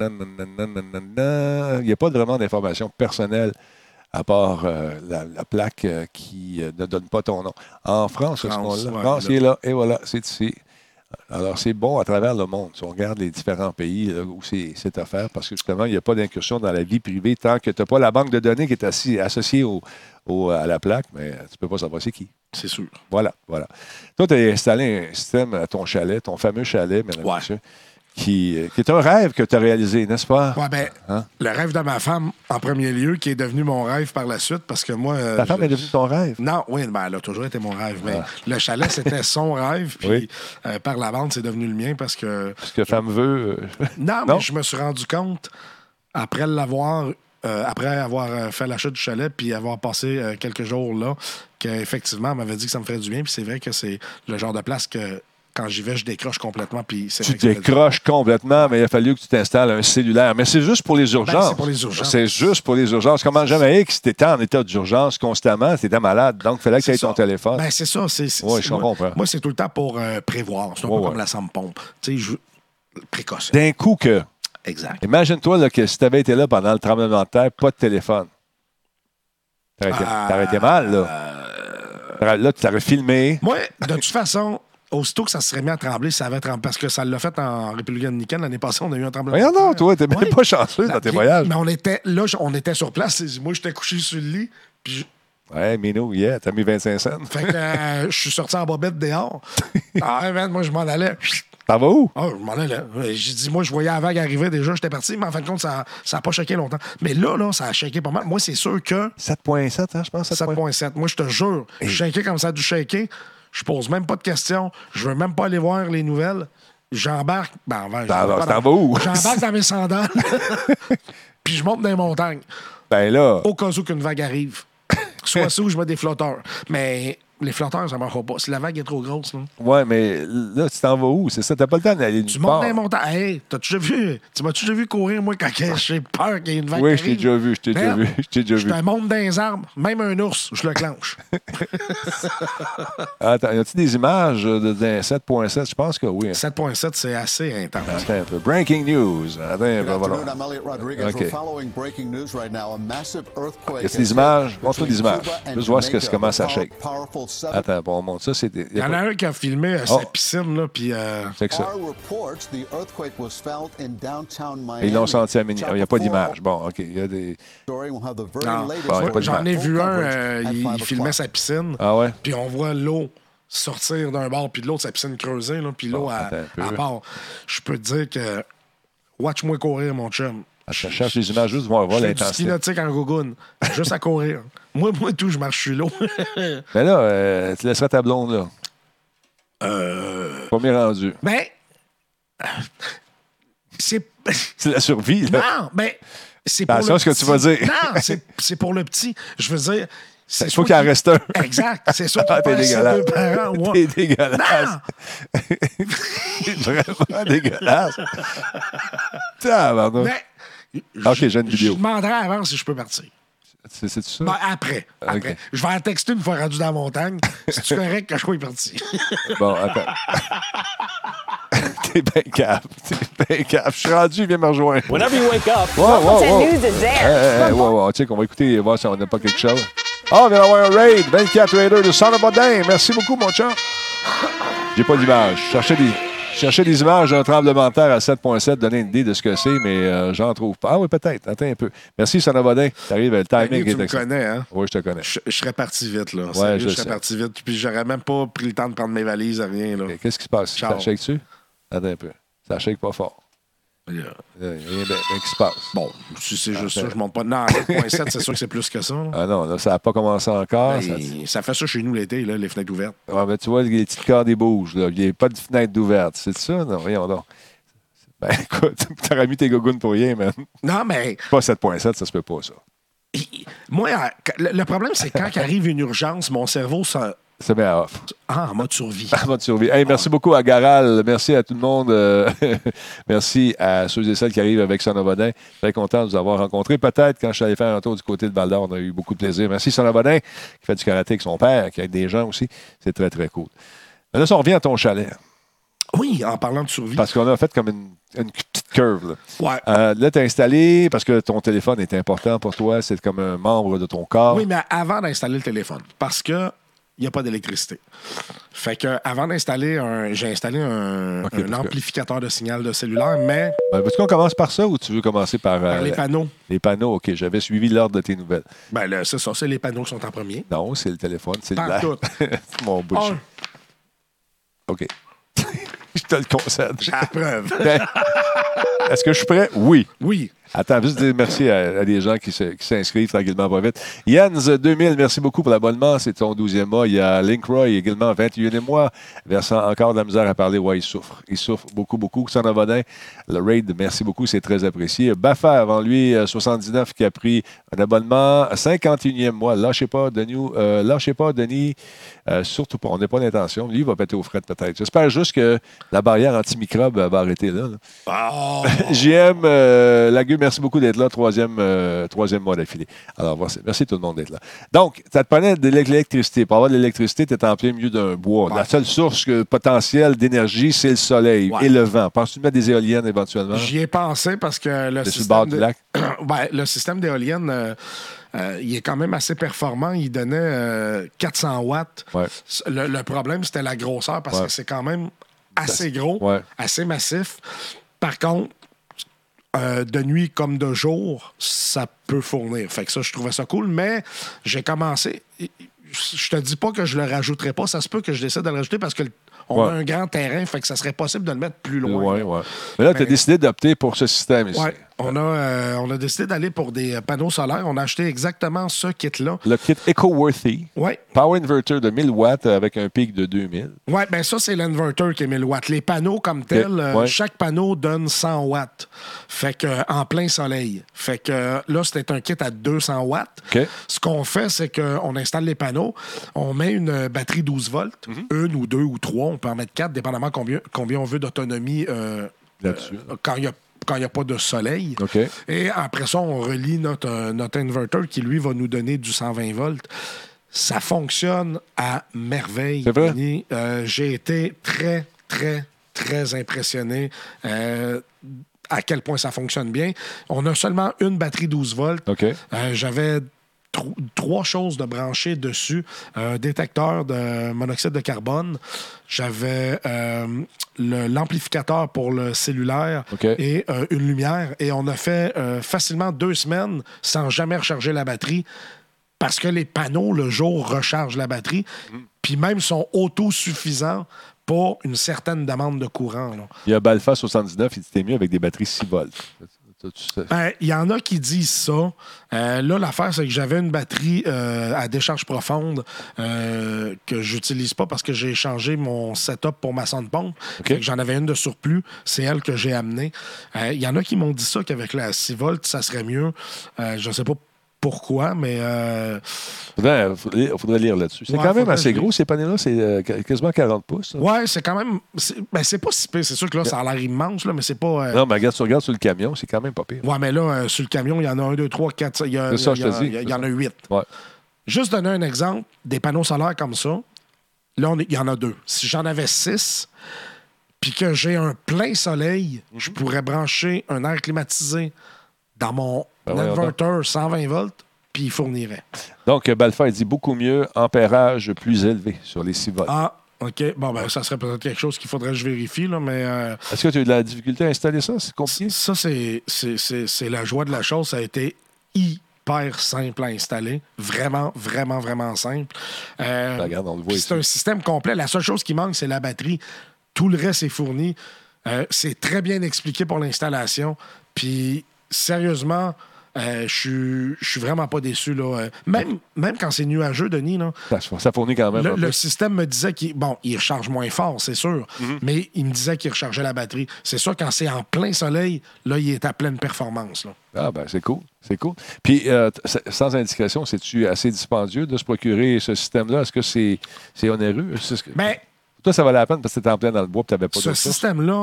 il n'y a pas vraiment d'informations personnelles à part la plaque qui ne donne pas ton nom. En France, ce qu'on là. France, il est là, et voilà, c'est ici. Alors, c'est bon à travers le monde. Si on regarde les différents pays là, où c'est offert, parce que justement, il n'y a pas d'incursion dans la vie privée tant que tu n'as pas la banque de données qui est associée à la plaque, mais tu ne peux pas savoir c'est qui. C'est sûr. Voilà. Toi, tu as installé un système à ton chalet, ton fameux chalet, mesdames et messieurs, qui est un rêve que tu as réalisé, n'est-ce pas? Oui, bien, le rêve de ma femme, en premier lieu, qui est devenu mon rêve par la suite, parce que moi... Ta femme est devenue ton rêve? Non, oui, ben, elle a toujours été mon rêve, mais le chalet, c'était son rêve, puis par la bande, c'est devenu le mien, parce que... Ce que femme veut... Non, mais je me suis rendu compte, après l'avoir... après avoir fait l'achat du chalet puis avoir passé quelques jours là, qu'effectivement, elle m'avait dit que ça me ferait du bien. Puis c'est vrai que c'est le genre de place que, quand j'y vais, je décroche complètement. Puis tu décroches complètement, mais il a fallu que tu t'installes un cellulaire. Mais c'est juste pour les urgences. C'est pour les urgences. C'est juste pour les urgences. Comment jamais si tu étais en état d'urgence constamment, tu étais malade. Donc, il fallait que tu aies ton téléphone. Ben, c'est ça. Oui, je comprends. Moi, c'est tout le temps pour prévoir. C'est un peu comme la sample-pompe. Tu sais, précaution. D'un coup que... Exact. Imagine-toi là, que si tu avais été là pendant le tremblement de terre, pas de téléphone. T'aurais été mal, là. Là, tu t'aurais filmé. Moi, de toute façon, aussitôt que ça se serait mis à trembler, ça avait tremblé. Parce que ça l'a fait en République dominicaine. L'année passée, on a eu un tremblement de terre. Non, toi, t'es même pas chanceux dans tes voyages. Mais on était sur place. Moi, j'étais couché sur le lit. Puis ouais, Minou, t'as mis 25 cents. Fait que je suis sorti en bobette dehors. Moi, je m'en allais. T'en vas où? Je m'en allais. J'ai dit, moi, je voyais la vague arriver déjà, j'étais parti, mais en fin de compte, ça n'a pas shaké longtemps. Mais là, ça a shaké pas mal. Moi, c'est sûr que. 7,7, hein, je pense. 7,7. Moi, je te jure, je shaké comme ça a dû shaker. Je pose même pas de questions. Je veux même pas aller voir les nouvelles. J'embarque. T'en vas où? J'embarque dans mes sandales. Puis je monte dans les montagnes. Ben là. Au cas où qu'une vague arrive. Soit ça ou je mets des flotteurs. Mais les flotteurs, ça ne marchera pas. Si la vague est trop grosse, là. Ouais, mais là, tu t'en vas où? C'est ça, t'as pas le temps d'aller Tu montes dans les montagnes. Hey, tu m'as-tu déjà vu courir, moi, quand j'ai peur qu'il y ait une vague? Oui, je t'ai déjà vu. Je te monte dans les arbres, même un ours, je le clenche. Attends, y a-t-il des images de 7.7? Je pense que oui. 7.7, c'est assez intense. Attends un peu. Breaking news. Attends un peu, voilà. OK. Y a-t-il des images? Montre-moi des images. Juste voir comment ça shake. Attends, bon, on montre ça. Il y en a un qui a filmé sa piscine, là, puis... C'est que ça. Et ils l'ont senti à Minneapolis. Il n'y a pas d'image. Bon, OK. Il y a des... J'en ai vu un, il filmait sa piscine. Ah ouais? Puis on voit l'eau sortir d'un bord, puis de l'autre, sa piscine creusée, là, puis l'eau à part. Je peux te dire que... Watch-moi courir, mon chum. Je cherche les images juste pour voir l'intensité. Je suis nautique en gougoune. Juste à courir. Moi, tout, je marche sur l'eau. Mais là, tu laisseras ta blonde, là. Premier rendu. Ben... C'est la survie, là. Non, ben... C'est pour ce que tu vas dire. Non, c'est pour le petit. Je veux dire... Il faut qu'il en reste un. Exact. C'est sûr qu'il t'es dégueulasse. Deux parents. Ouais. T'es dégueulasse. T'es vraiment dégueulasse. Ben, OK, j'ai une vidéo. Je demanderai avant si je peux partir. C'est ça? Ben, après. Okay. Je vais en texter une fois rendu dans la montagne. C'est-tu correct que je sois parti? Bon, attends. T'es bien cave. Je suis rendu, viens me rejoindre. Whenever you wake up, news is there. Check, on va écouter et voir si on n'a pas quelque chose. On vient d'avoir un raid. 24 Raiders de Son of Bodin. Merci beaucoup, mon chum. J'ai pas d'image. Je cherchais des images d'un tremblement de terre à 7.7, donner une idée de ce que c'est, mais j'en trouve pas. Ah oui, peut-être. Attends un peu. Merci, Son of Bodin. T'arrives, le timing est excellent. Tu me connais, hein? Oui, je te connais. Je serais parti vite, là. Ouais, je serais parti vite. Puis j'aurais même pas pris le temps de prendre mes valises, rien, là. Qu'est-ce qui se passe? Ça shake-tu? Attends un peu. Ça shake pas fort. Il y a rien qui se passe. Bon, si c'est juste ça, je monte pas. Non, 7.7, c'est sûr que c'est plus que ça. Là. Ah non, là, ça n'a pas commencé encore. Ben, ça fait ça chez nous l'été, là, les fenêtres ouvertes. Ah, ben, tu vois, les petites cordes des bougent. Il n'y a pas de fenêtre ouverte. C'est ça? Non, voyons donc. Ben, écoute, t'aurais mis tes gougounes pour rien, man. Non, mais... Pas 7.7, ça se peut pas, ça. Moi, le problème, c'est quand arrive une urgence, mon cerveau, ça... C'est bien off. En mode survie. En mode survie. Hey, merci beaucoup à Garal. Merci à tout le monde. Merci à ceux et celles qui arrivent avec Son of Bodin. Très content de vous avoir rencontrés. Peut-être quand je suis allé faire un tour du côté de Val-d'Or, on a eu beaucoup de plaisir. Merci Son of Bodin, qui fait du karaté avec son père, qui aide des gens aussi. C'est très, très cool. Là, si on revient à ton chalet. Oui, en parlant de survie. Parce qu'on a fait comme une petite curve. Là, ouais. Là tu as installé, parce que ton téléphone est important pour toi, c'est comme un membre de ton corps. Oui, mais avant d'installer le téléphone. Parce que il n'y a pas d'électricité. Fait que avant d'installer j'ai installé un amplificateur de signal de cellulaire, mais... Veux-tu qu'on commence par ça ou tu veux commencer par les panneaux. Les panneaux, OK. J'avais suivi l'ordre de tes nouvelles. Ben là, c'est ça, c'est les panneaux qui sont en premier. Non, c'est le téléphone, c'est le Pas blague. tout. C'est mon bullshit. OK. Je te le concède. J'ai la preuve. Est-ce que je suis prêt? Oui. Oui. Attends, juste dire merci à des gens qui s'inscrivent tranquillement pas vite. Jens 2000, merci beaucoup pour l'abonnement. C'est ton 12e mois. Il y a Linkroy également, 21e mois, versant encore de la misère à parler. Ouais, il souffre. Il souffre beaucoup, beaucoup. Xana Bodin, le raid, merci beaucoup. C'est très apprécié. Baffer, avant lui, 79, qui a pris un abonnement. 51e mois. Lâchez pas, Denis. Surtout pas. On n'a pas l'intention. Lui, il va péter aux frettes peut-être. J'espère juste que la barrière antimicrobe va arrêter là. Oh. JM Lagu, merci beaucoup d'être là. Troisième mois d'affilée. Alors, merci tout le monde d'être là. Donc, ça te prenait de l'électricité. Pour avoir de l'électricité, tu es en plein milieu d'un bois. Ouais. La seule source potentielle d'énergie, c'est le soleil et le vent. Penses-tu mettre des éoliennes éventuellement? J'y ai pensé parce que le système... bord du lac? Le système d'éoliennes... il est quand même assez performant. Il donnait 400 watts. Ouais. Le problème, c'était la grosseur parce que c'est quand même assez gros, assez massif. Par contre, de nuit comme de jour, ça peut fournir. Fait que ça, je trouvais ça cool, mais j'ai commencé... Je te dis pas que je le rajouterai pas. Ça se peut que je décide de le rajouter parce que on a un grand terrain, fait que ça serait possible de le mettre plus loin. Mais là, tu as décidé d'opter pour ce système ici. Oui, on a décidé d'aller pour des panneaux solaires. On a acheté exactement ce kit-là. Le kit EcoWorthy. Oui. Power inverter de 1000 watts avec un pic de 2000. Oui, bien ça, c'est l'inverter qui est 1000 watts. Les panneaux comme tels, chaque panneau donne 100 watts. Fait que en plein soleil. Fait que là, c'était un kit à 200 watts. Okay. Ce qu'on fait, c'est qu'on installe les panneaux, on met une batterie 12 volts, une ou deux ou trois, on peut en mettre 4, dépendamment combien on veut d'autonomie là-dessus. Quand il n'y a pas de soleil. Okay. Et après ça, on relie notre inverter qui, lui, va nous donner du 120 volts. Ça fonctionne à merveille. C'est vrai? J'ai été très, très, très impressionné à quel point ça fonctionne bien. On a seulement une batterie 12 volts. Okay. J'avais 3 choses de brancher dessus. Un détecteur de monoxyde de carbone. J'avais l'amplificateur pour le cellulaire et une lumière. Et on a fait facilement 2 semaines sans jamais recharger la batterie parce que les panneaux, le jour, rechargent la batterie. Puis même sont autosuffisants pour une certaine demande de courant. Là. Il y a Balfa 79, il était mieux avec des batteries 6 volts. Il y en a qui disent ça. Là, l'affaire, c'est que j'avais une batterie à décharge profonde que j'utilise pas parce que j'ai changé mon setup pour ma sonde pompe. J'en avais une de surplus. C'est elle que j'ai amenée. Il y en a qui m'ont dit ça, qu'avec la 6 volts, ça serait mieux. Je ne sais pas pourquoi, mais... Faudrait lire là-dessus. C'est quand même assez gros, ces panneaux-là. C'est quasiment 40 pouces. Oui, c'est quand même... c'est pas si pire. C'est sûr que là, ça a l'air immense, là, mais c'est pas... Non, mais regarde, tu regardes sur le camion, c'est quand même pas pire. Oui, mais là, sur le camion, il y en a 1, 2, 3, 4... Il y en a 8. Ouais. Juste donner un exemple, des panneaux solaires comme ça, là, il y en a 2. Si j'en avais 6, puis que j'ai un plein soleil, je pourrais brancher un air climatisé dans mon inverter 120 volts, puis il fournirait. Donc, Balfa, il dit beaucoup mieux, ampérage plus élevé sur les 6 volts. Ah, OK. Bon, ben ça serait peut-être quelque chose qu'il faudrait que je vérifie, là, mais... Est-ce que tu as eu de la difficulté à installer ça? C'est compliqué? Ça, c'est la joie de la chose. Ça a été hyper simple à installer. Vraiment, vraiment, vraiment simple. Regarde, on le voit ici. C'est un système complet. La seule chose qui manque, c'est la batterie. Tout le reste est fourni. C'est très bien expliqué pour l'installation. Puis, sérieusement... je suis vraiment pas déçu. Là. Même quand c'est nuageux, Denis. Là, ça fournit quand même. Le système me disait qu'il recharge moins fort, c'est sûr. Mais il me disait qu'il rechargeait la batterie. C'est sûr, quand c'est en plein soleil, là, il est à pleine performance. Là. Ah, ben c'est cool. C'est cool. Puis, sans indication, c'est-tu assez dispendieux de se procurer ce système-là? Est-ce que c'est onéreux? Toi, ça valait la peine parce que tu étais en plein dans le bois et tu n'avais pas de Ce système-là,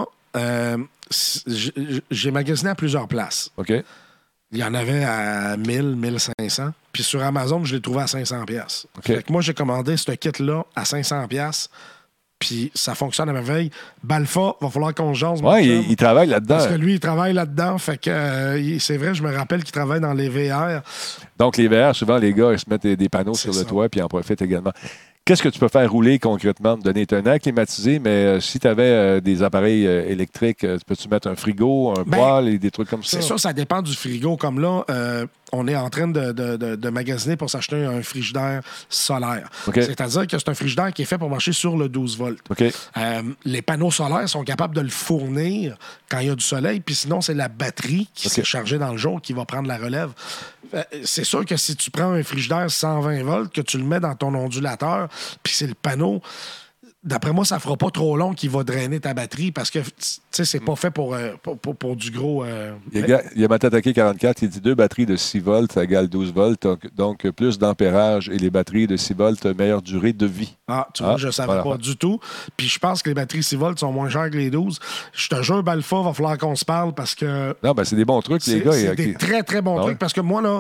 j'ai magasiné à plusieurs places. OK. Il y en avait à 1000, 1500. Puis sur Amazon, je l'ai trouvé à 500 pièces. Fait que moi, j'ai commandé ce kit-là à 500 pièces. Puis ça fonctionne à merveille. Balfa, va falloir qu'on jase. Oui, il travaille là-dedans. Parce que lui, il travaille là-dedans. Fait que c'est vrai, je me rappelle qu'il travaille dans les VR. Donc, les VR, souvent, les gars, ils se mettent des panneaux sur le toit puis ils en profitent également. Qu'est-ce que tu peux faire rouler concrètement? Me donner un air climatisé, mais si tu avais des appareils électriques, peux-tu mettre un frigo, un poêle et des trucs comme ça? C'est sûr, ça dépend du frigo. Comme là, on est en train de magasiner pour s'acheter un frigidaire solaire. Okay. C'est-à-dire que c'est un frigidaire qui est fait pour marcher sur le 12 volts. Okay. Les panneaux solaires sont capables de le fournir quand il y a du soleil, puis sinon, c'est la batterie qui s'est chargée dans le jour qui va prendre la relève. C'est sûr que si tu prends un frigidaire 120 volts, que tu le mets dans ton ondulateur, puis c'est le panneau, d'après moi, ça ne fera pas trop long qu'il va drainer ta batterie parce que, tu sais, c'est pas fait pour du gros... Il y a Matatake 44 qui dit 2 batteries de 6 volts égale 12 volts, donc plus d'ampérage et les batteries de 6 volts, meilleure durée de vie. Ah, tu vois, je ne savais pas du tout. Puis je pense que les batteries 6 volts sont moins chères que les 12. Je te jure, Balfa, va falloir qu'on se parle parce que... Non, ben c'est des bons trucs, les gars. C'est des très, très bons trucs parce que moi, là...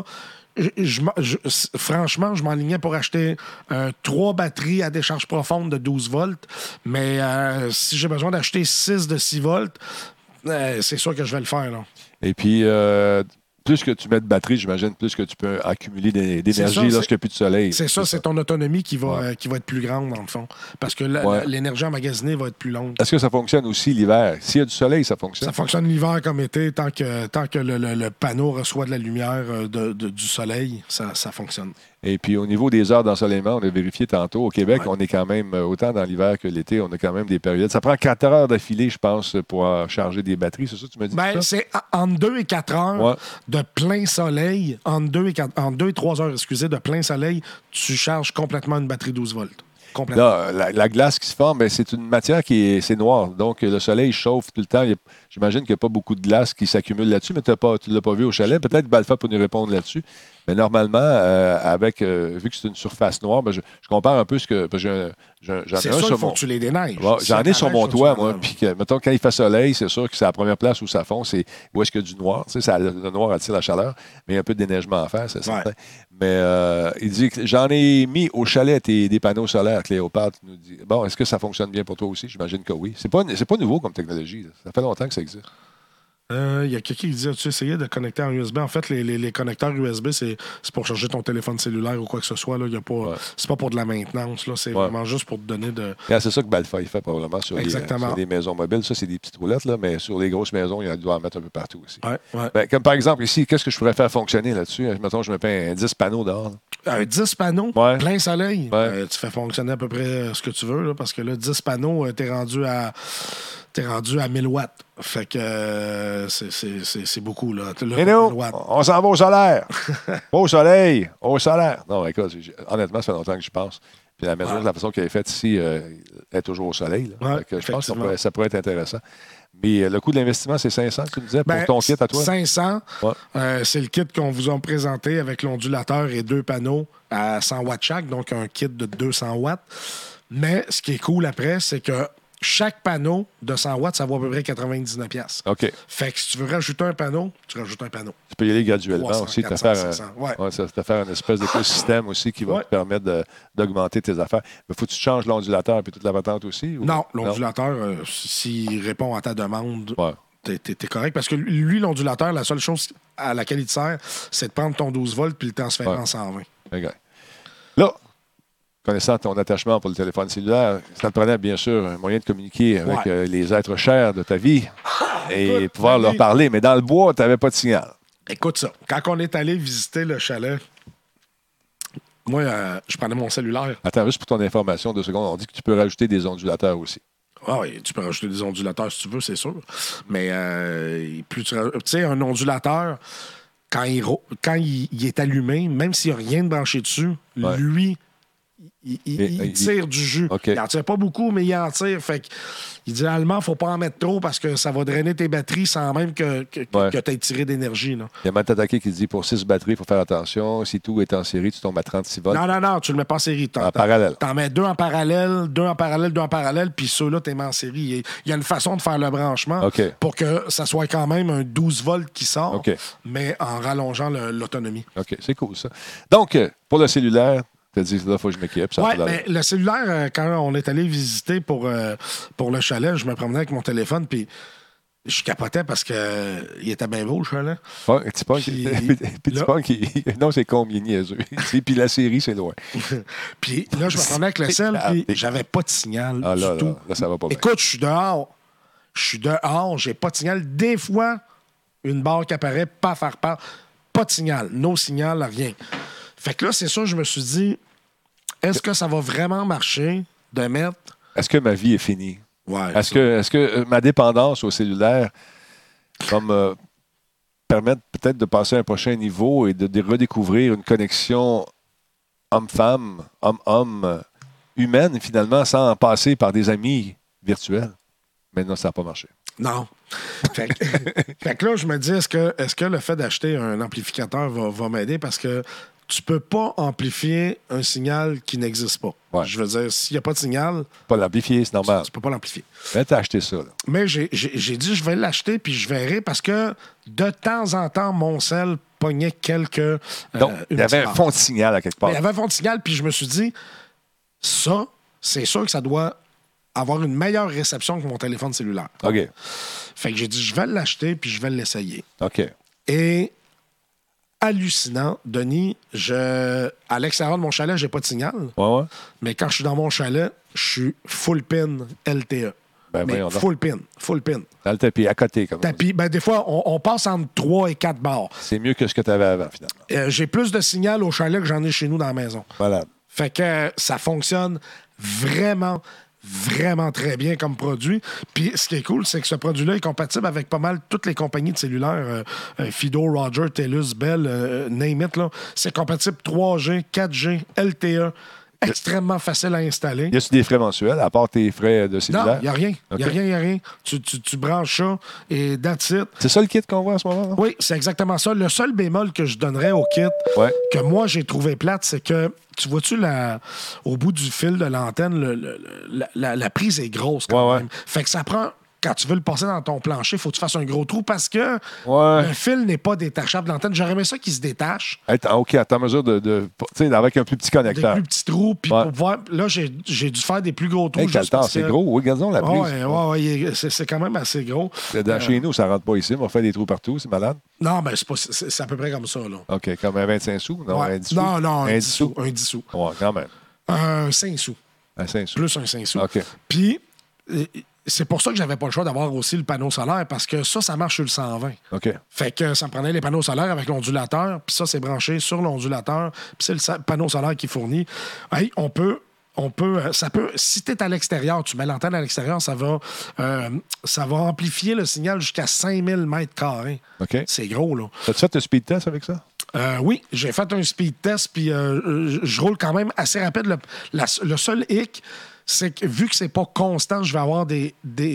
franchement, je m'enlignais pour acheter 3 batteries à décharge profonde de 12 volts, mais si j'ai besoin d'acheter 6 de 6 volts, c'est sûr que je vais le faire. Là. Et puis, plus que tu mets de batterie, j'imagine, plus que tu peux accumuler d'énergie lorsqu'il n'y a plus de soleil. C'est ça, c'est ton autonomie qui va être plus grande, dans le fond. Parce que l'énergie emmagasinée va être plus longue. Est-ce que ça fonctionne aussi l'hiver? S'il y a du soleil, ça fonctionne? Ça fonctionne l'hiver comme été. Tant que le panneau reçoit de la lumière du soleil, ça fonctionne. Et puis, au niveau des heures d'ensoleillement, on a vérifié tantôt, au Québec, on est quand même, autant dans l'hiver que l'été, on a quand même des périodes. Ça prend 4 heures d'affilée, je pense, pour charger des batteries. C'est ça que tu m'as dit? Ben, c'est entre 2 et 4 heures de plein soleil. Entre 2 et 3 heures, de plein soleil, tu charges complètement une batterie 12 volts. Là, la glace qui se forme, ben, c'est une matière c'est noire. Donc, le soleil chauffe tout le temps. J'imagine qu'il n'y a pas beaucoup de glace qui s'accumule là-dessus, mais tu ne l'as pas vu au chalet. Peut-être Balfa peut nous répondre là-dessus. Mais normalement, vu que c'est une surface noire, ben, je compare un peu ce que... J'en ai un sur faut que tu les déneiges. J'en ai sur mon toit, moi. Puis, mettons, quand il fait soleil, c'est sûr que c'est la première place où ça fond. C'est où est-ce qu'il y a du noir. Tu sais, le noir attire la chaleur, mais il y a un peu de déneigement à faire, c'est certain. Mais il dit que j'en ai mis au chalet des panneaux solaires. Cléopâtre nous dit, bon, est-ce que ça fonctionne bien pour toi aussi? J'imagine que oui. C'est pas nouveau comme technologie. Là. Ça fait longtemps que ça existe. Il y a quelqu'un qui dit, as-tu essayé de connecter en USB? En fait, les connecteurs USB, c'est pour charger ton téléphone cellulaire ou quoi que ce soit. C'est pas pour de la maintenance. Là, c'est vraiment juste pour te donner de... C'est ça que Balfa fait probablement sur les maisons mobiles. Ça, c'est des petites roulettes, là, mais sur les grosses maisons, il doit en mettre un peu partout aussi. Ben, comme par exemple ici, qu'est-ce que je pourrais faire fonctionner là-dessus? Mettons, je me paye un 10 panneaux dehors. Un 10 panneaux, plein soleil. Tu fais fonctionner à peu près ce que tu veux, là, parce que là, 10 panneaux, t'es rendu à 1000 watts. Fait que c'est beaucoup, là. Et nous, on s'en va au solaire. Au soleil, au solaire. Non, écoute, honnêtement, ça fait longtemps que je pense. Puis la maison, de la façon qu'elle est faite ici, est toujours au soleil. Là. Je pense que ça pourrait être intéressant. Mais le coût de l'investissement, c'est 500, tu me disais, pour ton kit à toi? 500. C'est le kit qu'on vous a présenté avec l'ondulateur et 2 panneaux à 100 watts chaque, donc un kit de 200 watts. Mais ce qui est cool après, c'est que chaque panneau de 100 watts, ça vaut à peu près 99$. OK. Fait que si tu veux rajouter un panneau, tu rajoutes un panneau. Tu peux y aller graduellement 300, aussi. 400, ça te faire une espèce d'écosystème aussi qui va te permettre d'augmenter tes affaires. Mais faut que tu changes l'ondulateur et toute la patente aussi? Ou... Non, l'ondulateur, s'il répond à ta demande, t'es correct. Parce que lui, l'ondulateur, la seule chose à laquelle il te sert, c'est de prendre ton 12 volts puis le transférer en 120. Okay. Là, connaissant ton attachement pour le téléphone cellulaire, ça te prenait bien sûr un moyen de communiquer avec les êtres chers de ta vie et pouvoir leur parler. Mais dans le bois, tu n'avais pas de signal. Écoute ça. Quand on est allé visiter le chalet, moi, je prenais mon cellulaire. Attends, juste pour ton information, 2 secondes, on dit que tu peux rajouter des ondulateurs aussi. Ah oui, tu peux rajouter des ondulateurs si tu veux, c'est sûr. Mais plus tu sais, un ondulateur, quand il est allumé, même s'il n'y a rien de branché dessus, lui... Il tire du jus. Okay. Il n'en tire pas beaucoup, mais il en tire. Fait que, idéalement, il ne faut pas en mettre trop parce que ça va drainer tes batteries sans même que tu aies tiré d'énergie. Là. Il y a Matatake qui dit pour 6 batteries, il faut faire attention. Si tout est en série, tu tombes à 36 volts. Non, tu ne le mets pas en série. En parallèle. Tu en mets 2 en parallèle, 2 en parallèle, 2 en parallèle, puis ceux-là, tu les mets en série. Il y a une façon de faire le branchement pour que ça soit quand même un 12 volts qui sort, mais en rallongeant l'autonomie. OK, c'est cool ça. Donc, pour le cellulaire, tu as dit, là, il faut que je m'équipe. Oui, mais le cellulaire, quand on est allé visiter pour le chalet, je me promenais avec mon téléphone, puis Je capotais parce qu'il était bien beau, le chalet. Ouais, tu penses qu'il... Non, c'est combien niaiseux. Puis la série, c'est loin. Puis là, je me prenais avec le sel, puis j'avais pas de signal du tout. Là, ça va pas bien. Écoute, je suis dehors, j'ai pas de signal. Des fois, une barre qui apparaît, pas faire part, pas de signal, no signal, rien. Fait que là, c'est ça, je me suis dit, est-ce que ça va vraiment marcher de mettre... Est-ce que ma vie est finie? Ouais, est-ce que ma dépendance au cellulaire va me permettre peut-être de passer à un prochain niveau et de redécouvrir une connexion homme-femme, homme-homme, humaine, finalement, sans passer par des amis virtuels? Mais non, ça n'a pas marché. Non. Fait que là, je me dis, est-ce que le fait d'acheter un amplificateur va m'aider? Parce que tu peux pas amplifier un signal qui n'existe pas. Ouais. Je veux dire, s'il n'y a pas de signal... Pas l'amplifier, c'est normal. Tu peux pas l'amplifier. Mais t'as acheté ça, là. Mais j'ai dit, je vais l'acheter, puis je verrai, parce que de temps en temps, mon sel pognait quelques... Donc, il y avait un fond de signal à quelque part. Il y avait un fond de signal, puis je me suis dit, ça, c'est sûr que ça doit avoir une meilleure réception que mon téléphone cellulaire. OK. Fait que j'ai dit, je vais l'acheter, puis je vais l'essayer. OK. Et... hallucinant, Denis. À l'extérieur de mon chalet, j'ai pas de signal. Ouais. Mais quand je suis dans mon chalet, je suis full pin LTE. Ben, full pin. Dans le tapis, à côté, comme ça. Ben, des fois, on passe entre 3 et 4 barres. C'est mieux que ce que tu avais avant, finalement. J'ai plus de signal au chalet que j'en ai chez nous dans la maison. Voilà. Fait que ça fonctionne vraiment très bien comme produit. Puis ce qui est cool, c'est que ce produit-là est compatible avec pas mal toutes les compagnies de cellulaires. Fido, Roger, TELUS, Bell, name it. Là. C'est compatible 3G, 4G, LTE. Extrêmement facile à installer. Y a-tu des frais mensuels, à part tes frais de cellulaire? Non, il n'y a rien. Il Okay. n'y a rien. Tu branches ça et that's it. C'est ça le kit qu'on voit en ce moment? Là? Oui, c'est exactement ça. Le seul bémol que je donnerais au kit, que moi j'ai trouvé plate, c'est que, tu vois-tu, au bout du fil de l'antenne, la prise est grosse quand même. Fait que ça prend... Quand tu veux le passer dans ton plancher, il faut que tu fasses un gros trou parce que le fil n'est pas détachable de l'antenne. J'aurais aimé ça qu'il se détache. OK, à ta mesure tu sais, avec un plus petit connecteur. Des plus petits trous. Puis pour pouvoir... Là, j'ai dû faire des plus gros trous. C'est gros. Oui, regardons la prise. Oui, c'est quand même assez gros. Chez nous, ça ne rentre pas ici. On fait des trous partout. C'est malade. Non, mais c'est à peu près comme ça. Là. OK, comme un 25 sous? Non, un 10 sous? Non, un 10 sous. Un 10 sous. Oui, quand même. Un 5 sous. Un 5 sous. Plus un 5 sous. OK. Puis... c'est pour ça que j'avais pas le choix d'avoir aussi le panneau solaire, parce que ça marche sur le 120. OK. Fait que ça me prenait les panneaux solaires avec l'ondulateur, puis ça, c'est branché sur l'ondulateur, puis c'est le panneau solaire qui fournit. Hey, si tu es à l'extérieur, tu mets l'antenne à l'extérieur, ça va amplifier le signal jusqu'à 5000 mètres carrés. OK. C'est gros, là. As-tu fait un speed test avec ça? Oui, j'ai fait un speed test, puis je roule quand même assez rapide. Le seul hic, c'est que vu que c'est pas constant, je vais avoir des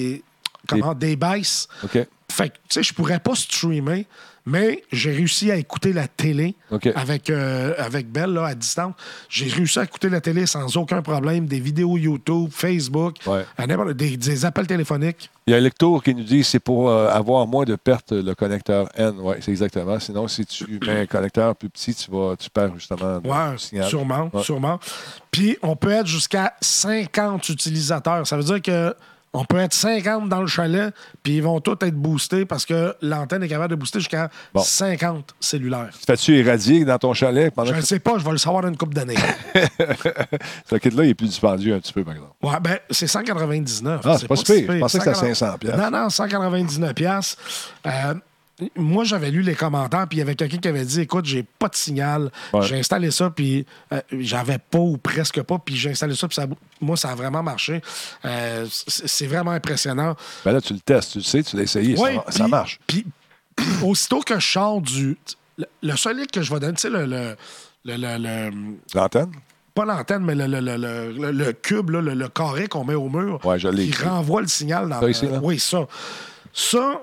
baisses. OK. Fait que, tu sais, je pourrais pas streamer, mais j'ai réussi à écouter la télé avec Belle, là, à distance. J'ai réussi à écouter la télé sans aucun problème, des vidéos YouTube, Facebook, des appels téléphoniques. Il y a un lecteur qui nous dit que c'est pour avoir moins de pertes, le connecteur N. Oui, c'est exactement. Sinon, si tu mets un connecteur plus petit, tu perds justement le signal. Sûrement. Puis, on peut être jusqu'à 50 utilisateurs. Ça veut dire que on peut être 50 dans le chalet, puis ils vont tous être boostés parce que l'antenne est capable de booster jusqu'à 50 cellulaires. Fais-tu irradier dans ton chalet? Je ne sais pas, je vais le savoir dans une couple d'années. Ce kit-là, il est plus dispendieux un petit peu, par exemple. Ouais, ben, c'est 199. Ah, c'est pas si pire. Je pensais que c'était 500 $. Non, 199 $. Moi, j'avais lu les commentaires, puis il y avait quelqu'un qui avait dit, écoute, j'ai pas de signal. J'ai installé ça, puis j'avais pas ou presque pas, puis j'ai installé ça, puis moi, ça a vraiment marché. C'est vraiment impressionnant. Ben là, tu le testes, tu le sais, tu l'as essayé, ça marche. Puis aussitôt que je sors le seul hic que je vais donner, tu sais, l'antenne? Pas l'antenne, mais le cube, là, le carré qu'on met au mur, qui renvoie le signal dans ici, là? Oui, ça. Ça...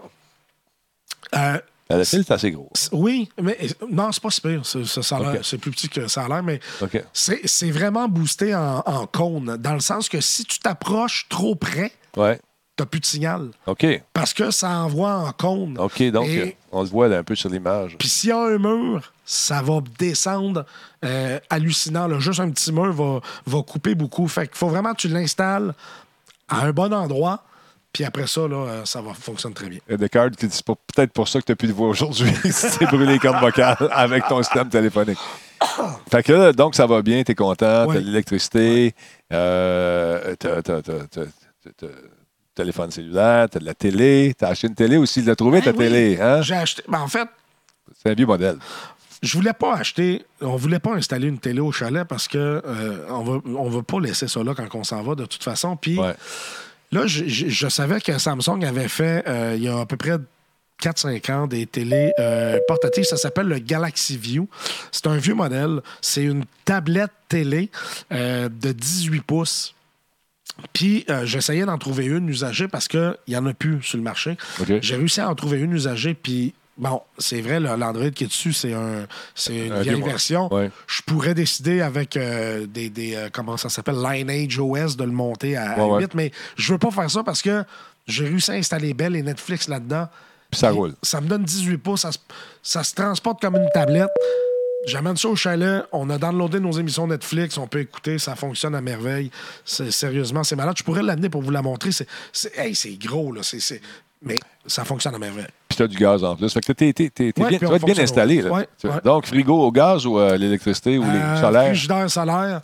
le fil est assez gros. Oui, mais non, c'est pas si pire. C'est plus petit que ça a l'air, mais c'est vraiment boosté en cône, dans le sens que si tu t'approches trop près, t'as plus de signal. OK. Parce que ça envoie en cône. OK, donc on le voit là, un peu sur l'image. Puis s'il y a un mur, ça va descendre hallucinant. Là. Juste un petit mur va couper beaucoup. Fait qu'il faut vraiment que tu l'installes à un bon endroit. Puis après ça, là, ça fonctionne très bien. Il y a des cards qui disent peut-être pour ça que tu n'as plus de voix aujourd'hui. Si tu brûlé les cordes vocales avec ton système téléphonique. Fait que là, donc, ça va bien, tu es content, tu as l'électricité, téléphone cellulaire, tu as de la télé. Tu as acheté une télé aussi, tu as trouvé ta télé. Hein? J'ai acheté. En fait, c'est un vieux modèle. Je voulais pas acheter. On voulait pas installer une télé au chalet parce que on veut pas laisser ça là quand on s'en va de toute façon. Puis là, je savais que Samsung avait fait il y a à peu près 4-5 ans des télés portatives. Ça s'appelle le Galaxy View. C'est un vieux modèle. C'est une tablette télé de 18 pouces. Puis, j'essayais d'en trouver une usagée parce qu'il n'y en a plus sur le marché. Okay. J'ai réussi à en trouver une usagée, puis bon, c'est vrai, l'Android qui est dessus, c'est une vieille version. Ouais. Je pourrais décider avec comment ça s'appelle, Lineage OS, de le monter à 8, mais je veux pas faire ça parce que j'ai réussi à installer Bell et Netflix là-dedans. Puis ça roule. Ça me donne 18 pouces, ça se transporte comme une tablette. J'amène ça au chalet, on a downloadé nos émissions Netflix, on peut écouter, ça fonctionne à merveille. Sérieusement, c'est malade. Je pourrais l'amener pour vous la montrer. C'est gros, là. Mais ça fonctionne à merveille. Puis tu as du gaz en plus. Fait que tu vas être bien installé. Là. Donc, frigo au gaz ou l'électricité ou les solaires? Frigidaire solaire.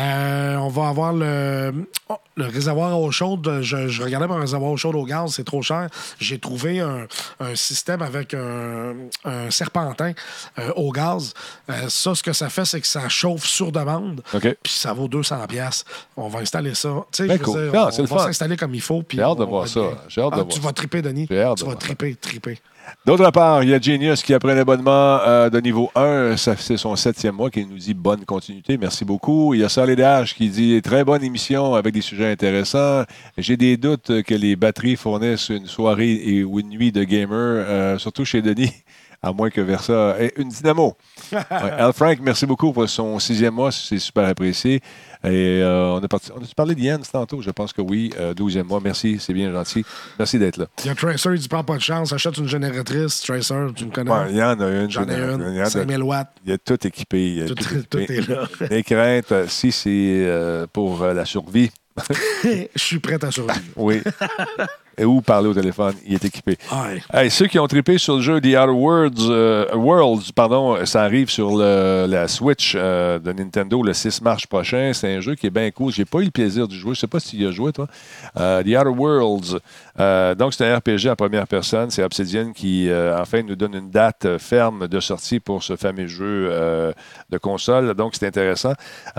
On va avoir le réservoir à eau chaude. Je regardais mon réservoir à eau chaude au gaz, c'est trop cher. J'ai trouvé un système avec un serpentin au gaz. Ça, ce que ça fait, c'est que ça chauffe sur demande. Okay. Puis ça vaut 200$. On va installer ça. Tu sais, cool. On va s'installer comme il faut. J'ai hâte de voir ça. Tu vas triper, Denis. Tu vas triper. D'autre part, il y a Genius qui a pris un abonnement de niveau 1. C'est son 7e mois qui nous dit bonne continuité. Merci beaucoup. Il y a Solid Ash qui dit très bonne émission avec des sujets intéressants. J'ai des doutes que les batteries fournissent une soirée ou une nuit de gamer, surtout chez Denis. À moins que Versa ait une dynamo. Al Frank, merci beaucoup pour son 6e mois. C'est super apprécié. Et on a parlé d'Yann tantôt. Je pense que oui. 12e mois. Merci. C'est bien gentil. Merci d'être là. Il y a Tracer, il dit prends pas de chance. Achète une génératrice. Tracer, tu me connais. Ouais, Yann a une. J'en ai une. 5000 watts. Il a tout équipé. Tout est là. Les craintes, si c'est pour la survie. Je suis prêt à survivre. Oui. Et où parler au téléphone, il est équipé. Ouais. Hey, ceux qui ont trippé sur le jeu The Outer Worlds, ça arrive sur la Switch de Nintendo le 6 mars prochain. C'est un jeu qui est bien cool. J'ai pas eu le plaisir de jouer. Je sais pas si tu y as joué, toi. The Outer Worlds. Donc, c'est un RPG en première personne. C'est Obsidian qui, enfin, nous donne une date ferme de sortie pour ce fameux jeu de console. Donc, c'est intéressant.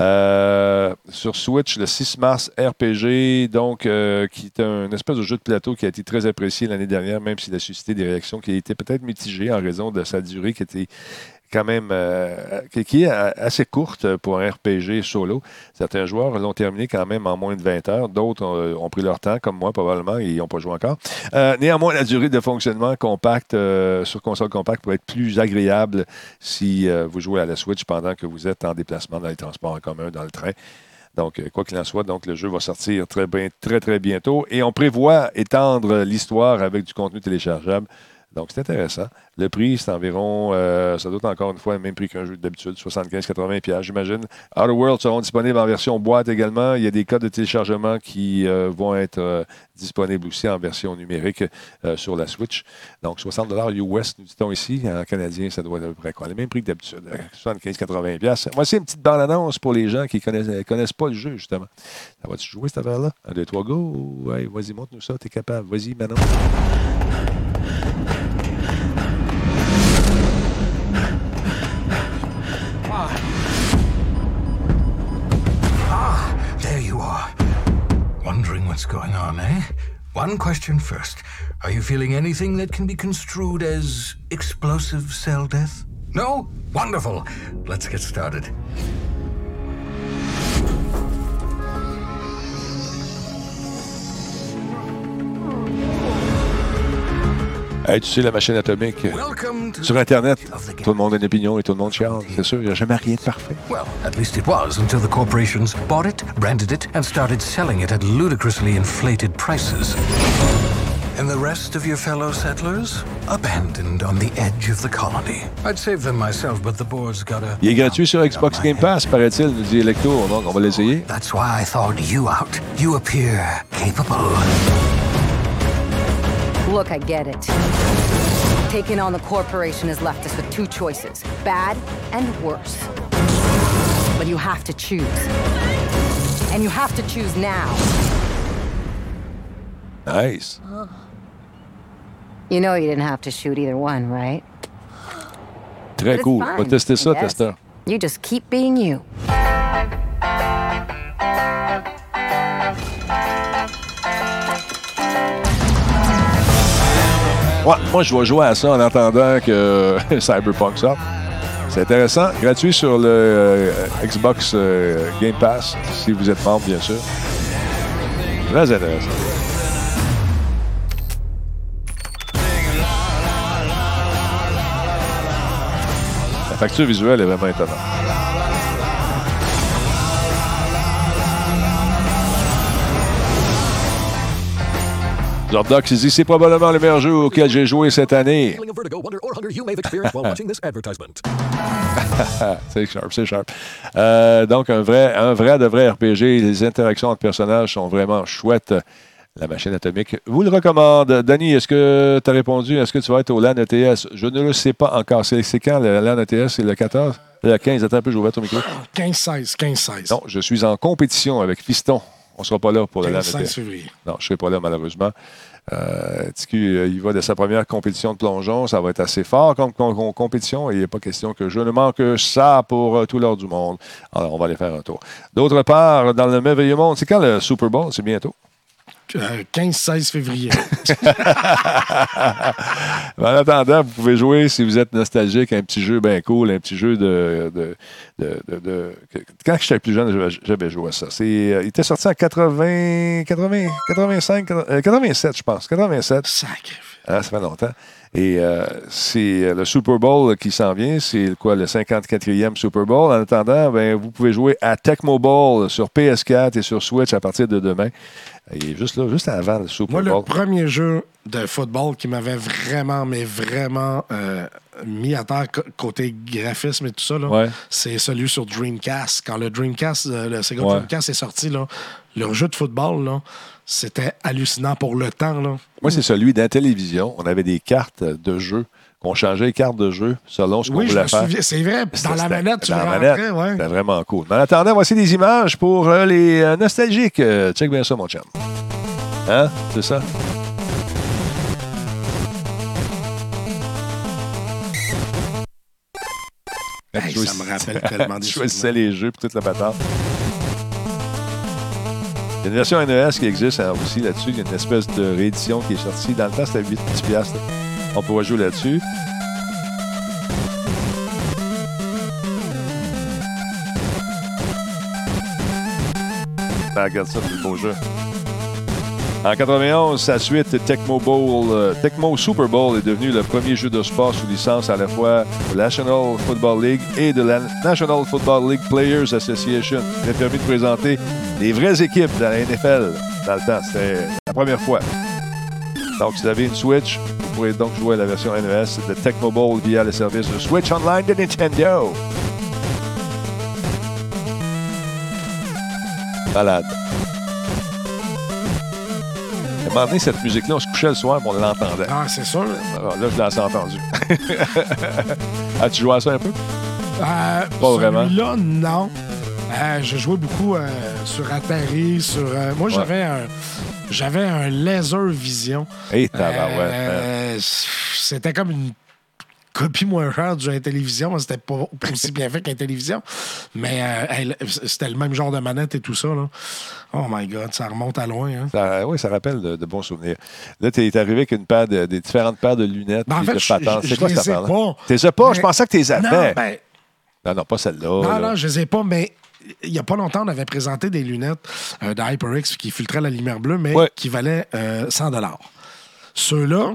Sur Switch, le 6 mars, RPG, donc, qui est un espèce de jeu de plateau qui a été très apprécié l'année dernière, même s'il a suscité des réactions qui étaient peut-être mitigées en raison de sa durée qui était quand même qui est assez courte pour un RPG solo. Certains joueurs l'ont terminé quand même en moins de 20 heures. D'autres ont pris leur temps, comme moi probablement, et ils n'ont pas joué encore. Néanmoins, la durée de fonctionnement compacte sur console compacte pourrait être plus agréable si vous jouez à la Switch pendant que vous êtes en déplacement dans les transports en commun, dans le train. Donc, quoi qu'il en soit, donc, le jeu va sortir très, très bientôt. Et on prévoit étendre l'histoire avec du contenu téléchargeable. Donc, c'est intéressant. Le prix, c'est environ, ça doit être encore une fois le même prix qu'un jeu d'habitude, 75-80$, j'imagine. Outer Worlds seront disponibles en version boîte également. Il y a des codes de téléchargement qui vont être disponibles aussi en version numérique sur la Switch. Donc, 60$ US, nous dit-on ici. En canadien, ça doit être à peu près quoi? Le même prix que d'habitude, 75-80$. Voici une petite bande-annonce pour les gens qui ne connaissent pas le jeu, justement. Ça va-tu jouer, cette affaire-là? 1, 2, 3, go! Ouais, vas-y, montre-nous ça, t'es capable. Vas-y, Manon. Wondering what's going on, eh? One question first. Are you feeling anything that can be construed as explosive cell death? No? Wonderful. Let's get started. Hey, tu sais, la machine atomique, sur Internet, tout le monde a une opinion et tout le monde chiale. C'est sûr, il n'y a jamais rien de parfait. Well, at least it was until the corporations bought it, branded it, and started selling it at ludicrously inflated prices. And the rest of your fellow settlers? Abandoned on the edge of the colony. I'd save them myself, but the board's got a... Il est gratuit sur Xbox Game Pass, paraît-il, nous dit Electo. Donc, on va l'essayer. That's why I thought you out. You appear capable. Look, I get it. Taking on the corporation has left us with two choices, bad and worse. But you have to choose. And you have to choose now. Nice. You know you didn't have to shoot either one, right? Très cool. On va tester ça, testeur. You just keep being you. Ouais, moi, je vais jouer à ça en attendant que Cyberpunk sorte. C'est intéressant. Gratuit sur le Xbox Game Pass, si vous êtes membre, bien sûr. Très intéressant. La facture visuelle est vraiment étonnante. Zordox, il dit, c'est probablement le meilleur jeu auquel j'ai joué cette année. C'est sharp, c'est sharp. Donc, un vrai de vrai RPG. Les interactions entre personnages sont vraiment chouettes. La machine atomique vous le recommande. Danny, est-ce que tu as répondu? Est-ce que tu vas être au LAN ETS? Je ne le sais pas encore. C'est quand le LAN ETS? C'est le 14? Le 15? Attends un peu, j'ai ouvert ton micro. 15-16. Non, je suis en compétition avec Fiston. On ne sera pas là pour le LAN ETS. 15 février. Non, je ne serai pas là, malheureusement. TQ, il va de sa première compétition de plongeon. Ça va être assez fort comme compétition. Et il n'est pas question que je ne manque ça pour tout l'heure du monde. Alors, on va aller faire un tour. D'autre part, dans le merveilleux monde, c'est quand le Super Bowl? C'est bientôt. 15-16 février. En attendant, vous pouvez jouer, si vous êtes nostalgique, un petit jeu bien cool, un petit jeu Quand j'étais plus jeune, j'avais joué à ça. Il était sorti en 87, je pense. 87. Sacré. Ça fait longtemps. Et c'est le Super Bowl qui s'en vient. C'est quoi, le 54e Super Bowl. En attendant, vous pouvez jouer à Tecmo Bowl sur PS4 et sur Switch à partir de demain. Et juste avant le Super Bowl. Moi, le premier jeu de football qui m'avait vraiment mis à terre côté graphisme et tout ça, là, c'est celui sur Dreamcast. Quand le Dreamcast, le Sega Dreamcast est sorti, là, le jeu de football, là, c'était hallucinant pour le temps. Là. Moi, c'est celui d'Intellivision. On avait des cartes de jeu. On changeait les cartes de jeu selon ce qu'on voulait faire. Oui, c'est vrai. Dans la manette, tu rentrais. Ouais. C'était vraiment cool. Mais en attendant, voici des images pour les nostalgiques. Check bien ça, mon chum. Hein? C'est ça? Hey, ça me rappelle tellement des choses. Je choisissais les jeux pour toute la patente. Il y a une version NES qui existe aussi là-dessus. Il y a une espèce de réédition qui est sortie. Dans le temps, c'était 8 petits piastres. On pourra jouer là-dessus. Regarde ça, c'est le beau jeu. En 91, sa suite Tecmo Super Bowl est devenu le premier jeu de sport sous licence à la fois de la National Football League et de la National Football League Players Association. Il a permis de présenter les vraies équipes de la NFL dans le temps. C'était la première fois. Donc, si vous avez une Switch, vous pourrez donc jouer à la version NES de Tecmo Bowl via le service de Switch Online de Nintendo. Malade. À un moment donné, cette musique-là, on se couchait le soir, mais on l'entendait. Ah, c'est sûr. Alors, là, je l'ai assez entendu. Tu jouais à ça un peu? Pas vraiment. Là, non. Je jouais beaucoup sur Atari, moi, j'avais un Laser Vision. Et tabarouette. C'était comme une copie moins chère du Intellivision. C'était pas aussi bien fait qu'Intellivision. Mais c'était le même genre de manette et tout ça. Là. Oh my God, ça remonte à loin. Hein. Oui, ça rappelle de bons souvenirs. Là, tu es arrivé avec des différentes paires de lunettes. En fait, c'est quoi cette paire-là? Tu les as pas? Je pensais que tu les avais. Non, pas celle-là. Non, je les ai pas, mais il n'y a pas longtemps, on avait présenté des lunettes de HyperX qui filtraient la lumière bleue, mais qui valaient $100. Ceux-là,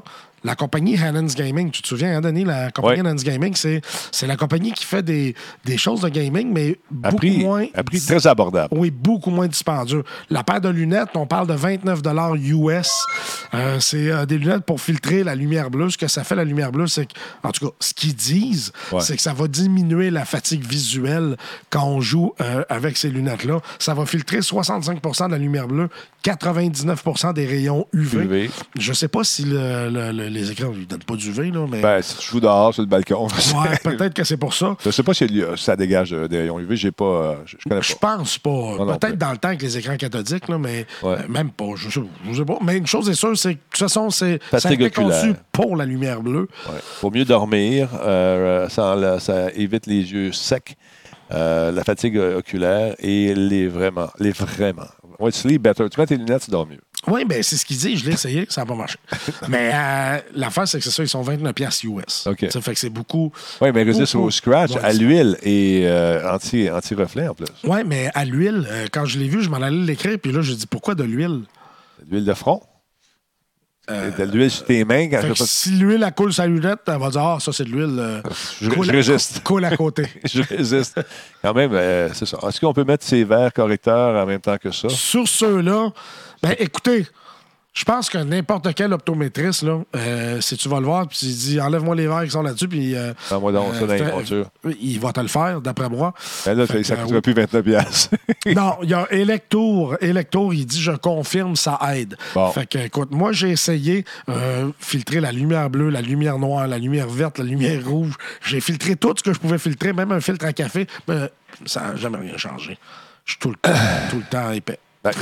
la compagnie Hannon's Gaming. Tu te souviens, hein, Denis? La compagnie Hannon's Gaming, c'est la compagnie qui fait des choses de gaming, mais beaucoup moins... À prix très abordable. Oui, beaucoup moins dispendieux. La paire de lunettes, on parle de 29 US. C'est des lunettes pour filtrer la lumière bleue. Ce que ça fait, la lumière bleue, c'est que, en tout cas, ce qu'ils disent, c'est que ça va diminuer la fatigue visuelle quand on joue avec ces lunettes-là. Ça va filtrer 65 de la lumière bleue, 99 des rayons UV. Je ne sais pas si les écrans ne donnent pas d'UV, là, mais... Ben, si tu joues dehors sur le balcon... Ouais, peut-être que c'est pour ça. Je ne sais pas si ça dégage des rayons UV. Je connais pas. Je pense pas. Peut-être dans le temps avec les écrans cathodiques, là, mais même pas. Je sais pas. Mais une chose est sûre, c'est que de toute façon, ça a été conçu pour la lumière bleue. Ouais. Pour mieux dormir, ça évite les yeux secs, la fatigue oculaire et les vraiment. Ouais, sleep better. Tu mets tes lunettes, tu dors mieux. Oui, bien, c'est ce qu'il dit. Je l'ai essayé, ça n'a pas marché. Mais l'affaire, c'est que c'est ça, ils sont 29$ US. OK. Ça fait que c'est beaucoup. Oui, mais résiste au scratch, à l'huile et anti-reflet en plus. Oui, mais à l'huile, quand je l'ai vu, je m'en allais l'écrire, puis là, j'ai dit pourquoi de l'huile? De l'huile de front? De l'huile sur tes mains. Si l'huile coule sur la lunette, elle va dire ça, c'est de l'huile. Je résiste. Coule à côté. Je résiste. Quand même, c'est ça. Est-ce qu'on peut mettre ces verres correcteurs en même temps que ça? Sur ceux-là, ben écoutez, je pense que n'importe quel optométriste, là, si tu vas le voir, puis tu dis enlève-moi les verres qui sont là-dessus, puis. Moi donc ça dans les montures. Il va te le faire, d'après moi. Ben là, ça ne coûtera plus 29$. Non, il y a Electour. Electour, il dit je confirme, ça aide. Bon. Fait que, écoute, moi, j'ai essayé filtrer la lumière bleue, la lumière noire, la lumière verte, la lumière rouge. J'ai filtré tout ce que je pouvais filtrer, même un filtre à café. Mais ça n'a jamais rien changé. Je suis tout le temps épais.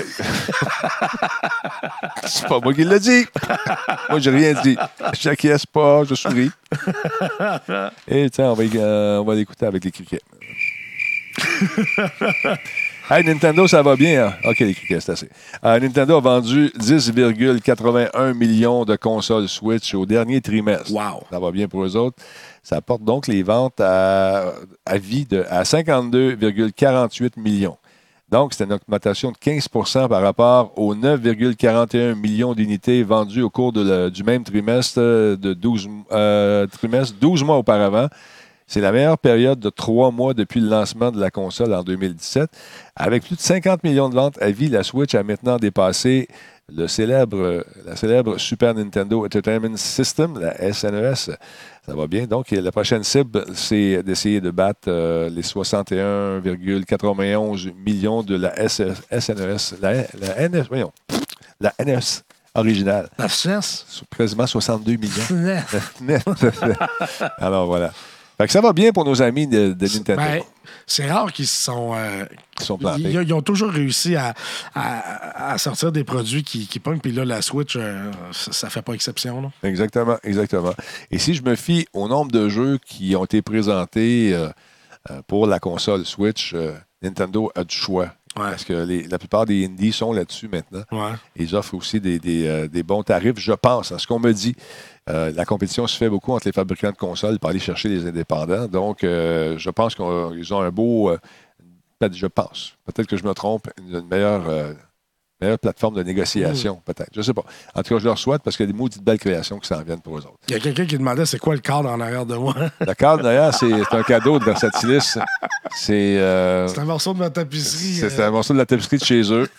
C'est pas moi qui l'ai dit. Moi, j'ai rien dit. J'acquiesce pas, je souris. Et tiens, on va l'écouter avec les criquets. Hey, Nintendo, ça va bien. Hein? OK, les criquets, c'est assez. Nintendo a vendu 10,81 millions de consoles Switch au dernier trimestre. Wow. Ça va bien pour eux autres. Ça porte donc les ventes à vie à 52,48 millions. Donc, c'est une augmentation de 15 par rapport aux 9,41 millions d'unités vendues au cours du même trimestre de 12 mois auparavant. C'est la meilleure période de 3 mois depuis le lancement de la console en 2017. Avec plus de 50 millions de ventes à vie, la Switch a maintenant dépassé la célèbre Super Nintendo Entertainment System, la SNES. Ça va bien. Donc, la prochaine cible, c'est d'essayer de battre les 61,91 millions de la SNES. La NES, voyons. La NES originale. La SNES? Quasiment 62 millions. Alors, voilà. Fait que ça va bien pour nos amis de Nintendo. Ben, c'est rare qu'ils se sont... plantés. Ils ont toujours réussi à sortir des produits qui pognent, puis là, la Switch, ça fait pas exception. Là. Exactement. Et si je me fie au nombre de jeux qui ont été présentés pour la console Switch, Nintendo a du choix. Ouais. Parce que la plupart des indies sont là-dessus maintenant. Ouais. Ils offrent aussi des bons tarifs, je pense. À ce qu'on me dit, la compétition se fait beaucoup entre les fabricants de consoles pour aller chercher les indépendants. Donc, je pense qu'ils ont un beau... je pense. Peut-être que je me trompe. Une meilleure plateforme de négociation, peut-être. Je ne sais pas. En tout cas, je leur souhaite parce qu'il y a des maudites belles créations qui s'en viennent pour eux autres. Il y a quelqu'un qui demandait c'est quoi le cadre en arrière de moi. Le cadre, d'ailleurs, c'est un cadeau de Versatilis. C'est un morceau de ma tapisserie. C'est un morceau de la tapisserie de chez eux.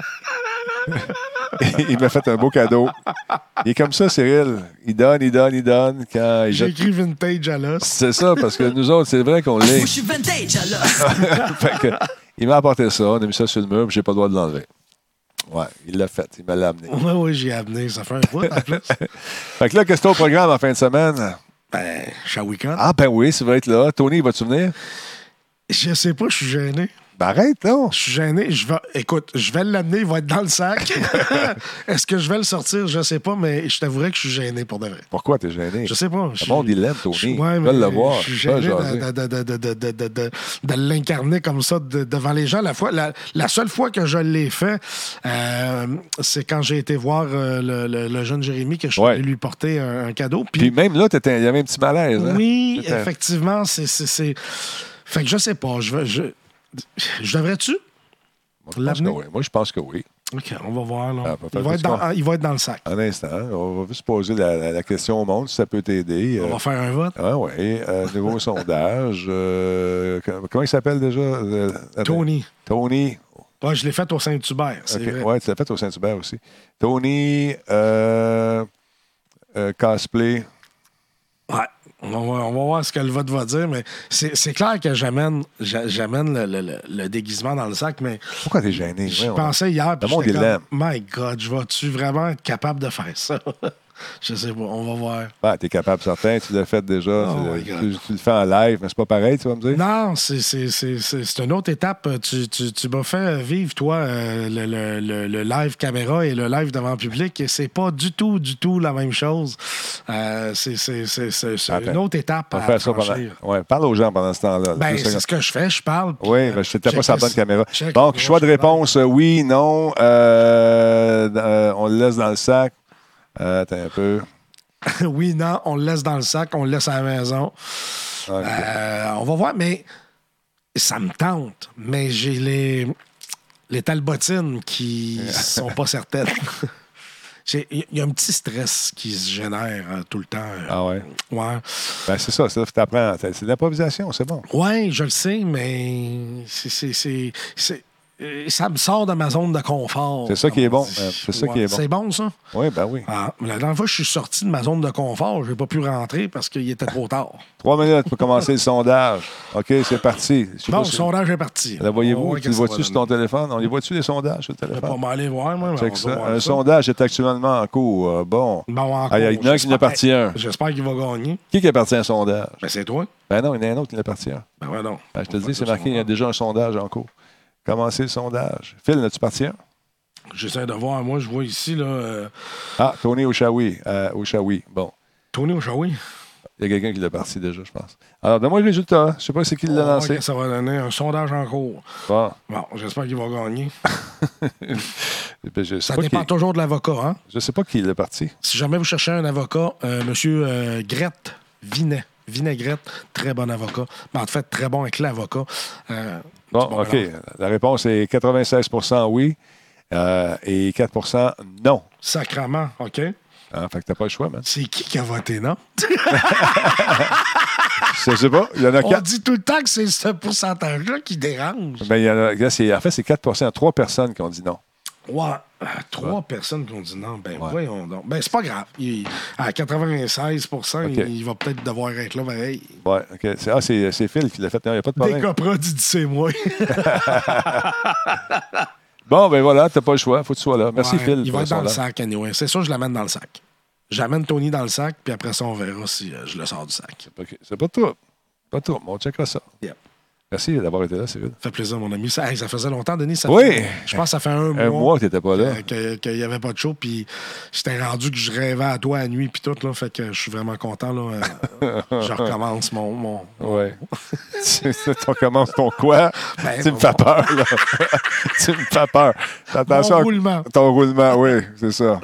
Il m'a fait un beau cadeau. Il est comme ça, Cyril. Il donne. Quand j'ai écrit vintage à l'os. C'est ça, parce que nous autres, c'est vrai qu'on l'est. Je suis vintage à l'os. Il m'a apporté ça. On a mis ça sur le mur, puis j'ai pas le droit de l'enlever. Ouais, il l'a fait. Il me l'a amené. Oui, j'ai amené. Ça fait un bout, en plus. Fait que là, qu'est-ce que tu as au programme en fin de semaine? Ben, chaque week-end. Ah, ben oui, ça va être là. Tony, vas-tu venir? Je sais pas, je suis gêné. Ben arrête, non? Je suis gêné. Écoute, je vais l'amener, il va être dans le sac. Est-ce que je vais le sortir? Je sais pas, mais je t'avouerais que je suis gêné pour de vrai. Pourquoi t'es gêné? Je sais pas. Le monde, il l'aime, Tony. Ouais, ils veulent le voir. Je suis gêné de l'incarner comme ça devant les gens. La seule fois que je l'ai fait, c'est quand j'ai été voir le jeune Jérémy que je suis allé lui porter un cadeau. Puis même là, il y avait un petit malaise. Hein? Oui, effectivement. Fait que je sais pas. Je devrais-tu? Moi, je pense que oui. OK, on va voir. Là. Ah, Il va être dans le sac. Un instant, on va juste poser la question au monde, si ça peut t'aider. On va faire un vote. Ah oui, nouveau sondage. Comment il s'appelle déjà? Tony. Tony. Ouais, je l'ai fait au Saint-Hubert, c'est vrai. Oui, tu l'as fait au Saint-Hubert aussi. Tony, cosplay. Ouais. On va voir ce que le vote va dire, mais c'est clair que j'amène le déguisement dans le sac, mais... Pourquoi t'es gêné? Je pensais hier, puis j'étais comme, my God, vas-tu vraiment être capable de faire ça? Je sais pas, on va voir. Ben, t'es capable, certain, tu l'as fait déjà. Tu le fais en live, mais c'est pas pareil, tu vas me dire? Non, c'est une autre étape. Tu m'as fait vivre, toi, le live caméra et le live devant le public, et c'est pas du tout la même chose. C'est une autre étape à franchir. Ouais, parle aux gens pendant ce temps-là. Ben, c'est ce que je fais, je parle. Oui, je n'étais pas sur la bonne caméra. Donc, choix de réponse, oui, non. On le laisse dans le sac. Attends un peu. Oui, non, on le laisse dans le sac, on le laisse à la maison. Okay. On va voir, mais ça me tente. Mais j'ai les talbotines qui sont pas certaines. Il y a un petit stress qui se génère tout le temps. Ah ouais? Ouais. Ben c'est ça, tu apprends. C'est de l'improvisation, c'est bon. Oui, je le sais, mais ça me sort de ma zone de confort. C'est ça qui est bon. C'est ça qui est bon. C'est bon, ça? Oui, ben oui. La dernière fois que je suis sorti de ma zone de confort, je n'ai pas pu rentrer parce qu'il était trop tard. 3 minutes pour commencer le sondage. OK, c'est parti. Bon, le sondage est parti. Là, voyez-vous, tu le vois-tu sur ton téléphone? On les voit-tu, les sondages sur le téléphone? Je vais pas m'aller voir, moi. Check ça. Un sondage est actuellement en cours. Bon. Il y en a un qui n'a parti un. J'espère qu'il va gagner. Qui a parti un sondage? Ben, c'est toi. Ben non, il y en a un autre qui n'a parti un. Ben ouais, non. Ben, je te dis, c'est marqué, il y a déjà un sondage en cours. Commencer le sondage. Phil, as-tu parti un? J'essaie de voir. Moi, je vois ici, là... Tony Oshawi. Bon. Tony Oshawi? Il y a quelqu'un qui l'a parti déjà, je pense. Alors, donne-moi le résultat. Je ne sais pas c'est qui l'a lancé. Okay, ça va donner un sondage en cours. Bon, j'espère qu'il va gagner. Ça dépend toujours de l'avocat, hein? Je ne sais pas qui l'a parti. Si jamais vous cherchez un avocat, M. Grette Vinaigrette, très bon avocat. Mais en fait, très bon avec l'avocat. OK. La réponse est 96 oui et 4 non. Sacrement, OK. Fait que t'as pas le choix, man. C'est qui a voté non? Je sais pas. Il y en a 4. On dit tout le temps que c'est ce pourcentage-là qui dérange. Ben, en fait, c'est 4 3 personnes qui ont dit non. Ouais. 3 personnes qui ont dit non. Ben, voyons donc. Ben, c'est pas grave. À 96 il va peut-être devoir être là pareil. Ouais, OK. C'est Phil qui l'a fait. Il n'y a pas de problème. Décopra dit c'est moi. Bon, ben voilà, t'as pas le choix. Faut que tu sois là. Merci, Phil. Il va être dans le sac, anyway. C'est sûr, je l'amène dans le sac. J'amène Tony dans le sac, puis après ça, on verra si je le sors du sac. C'est pas trop. Pas trop. On checkera ça. Yep. Merci d'avoir été là, Cyril. Ça fait plaisir, mon ami. Ça faisait longtemps, Denis. Oui. Je pense que ça fait un mois. Un mois que t'étais pas là. Qu'il n'y avait pas de show, puis j'étais rendu que je rêvais à toi la nuit, puis tout, là. Fait que je suis vraiment content, là. Je recommence mon... Oui. Tu recommences ton quoi? Ben, tu me fais peur, là. Tu me fais peur. Ton roulement. Ton roulement, oui, c'est ça.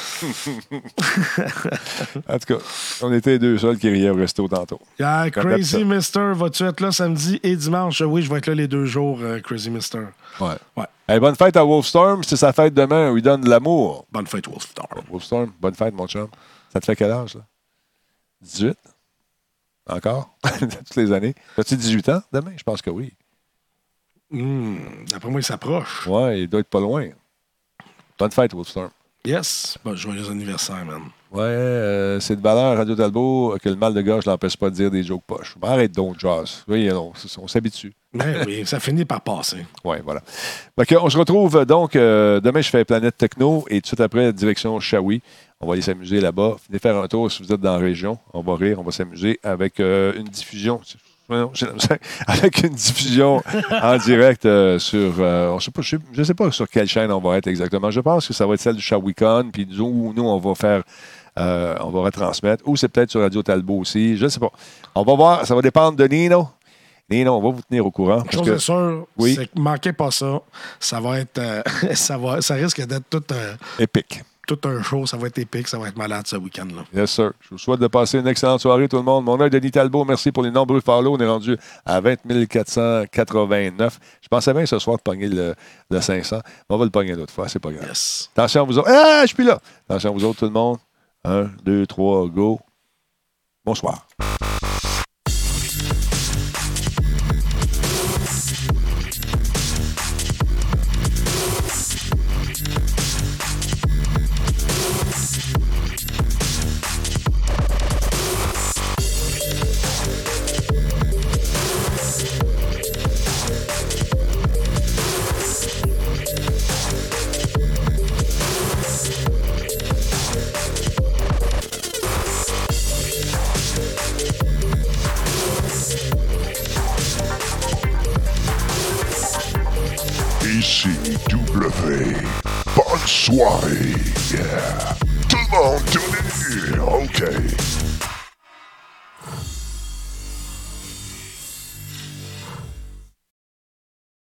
En tout cas, on était les deux seuls qui riaient au resto tantôt. Yeah, Crazy Mister, vas-tu être là samedi et dimanche? Oui, je vais être là les 2 jours, Crazy Mister. Ouais. Hey, bonne fête à Wolfstorm. C'est sa fête demain. On lui donne de l'amour. Bonne fête, Wolfstorm. Wolfstorm, bonne fête, mon chum. Ça te fait quel âge, là? 18? Encore? Toutes les années. As-tu 18 ans demain? Je pense que oui. D'après moi, il s'approche. Ouais, il doit être pas loin. Bonne fête, Wolfstorm. Yes. Joyeux anniversaire, man. Ouais, c'est de valeur, Radio Talbot, que le mal de gorge l'empêche pas de dire des jokes poches. Arrête donc, Jazz. Oui, non, on s'habitue. Oui, ça finit par passer. Oui, voilà. Donc, on se retrouve donc demain, je fais Planète Techno et tout de suite après, direction Shawi. On va aller s'amuser là-bas. Venez faire un tour si vous êtes dans la région. On va rire, on va s'amuser avec une diffusion. Avec une diffusion en direct sur... je ne sais pas sur quelle chaîne on va être exactement. Je pense que ça va être celle du ShawiCon, puis nous, on va faire... on va retransmettre. Ou c'est peut-être sur Radio Talbot aussi. Je ne sais pas. On va voir. Ça va dépendre de Nino. Nino, on va vous tenir au courant. Chose est sûre, c'est que manquez pas ça. Ça va être... ça risque d'être tout... épique. tout un show. Ça va être épique. Ça va être malade ce week-end-là. Yes, sir. Je vous souhaite de passer une excellente soirée, tout le monde. Mon nom est Denis Talbot. Merci pour les nombreux follow. On est rendu à 20 489. Je pensais bien ce soir de pogner le 500. On va le pogner l'autre fois. C'est pas grave. Yes. Attention à vous autres. Ah, je suis plus là. Attention à vous autres, tout le monde. 1, 2, 3, go. Bonsoir. ICW. Bonne soirée. Yeah. Tout le monde, OK.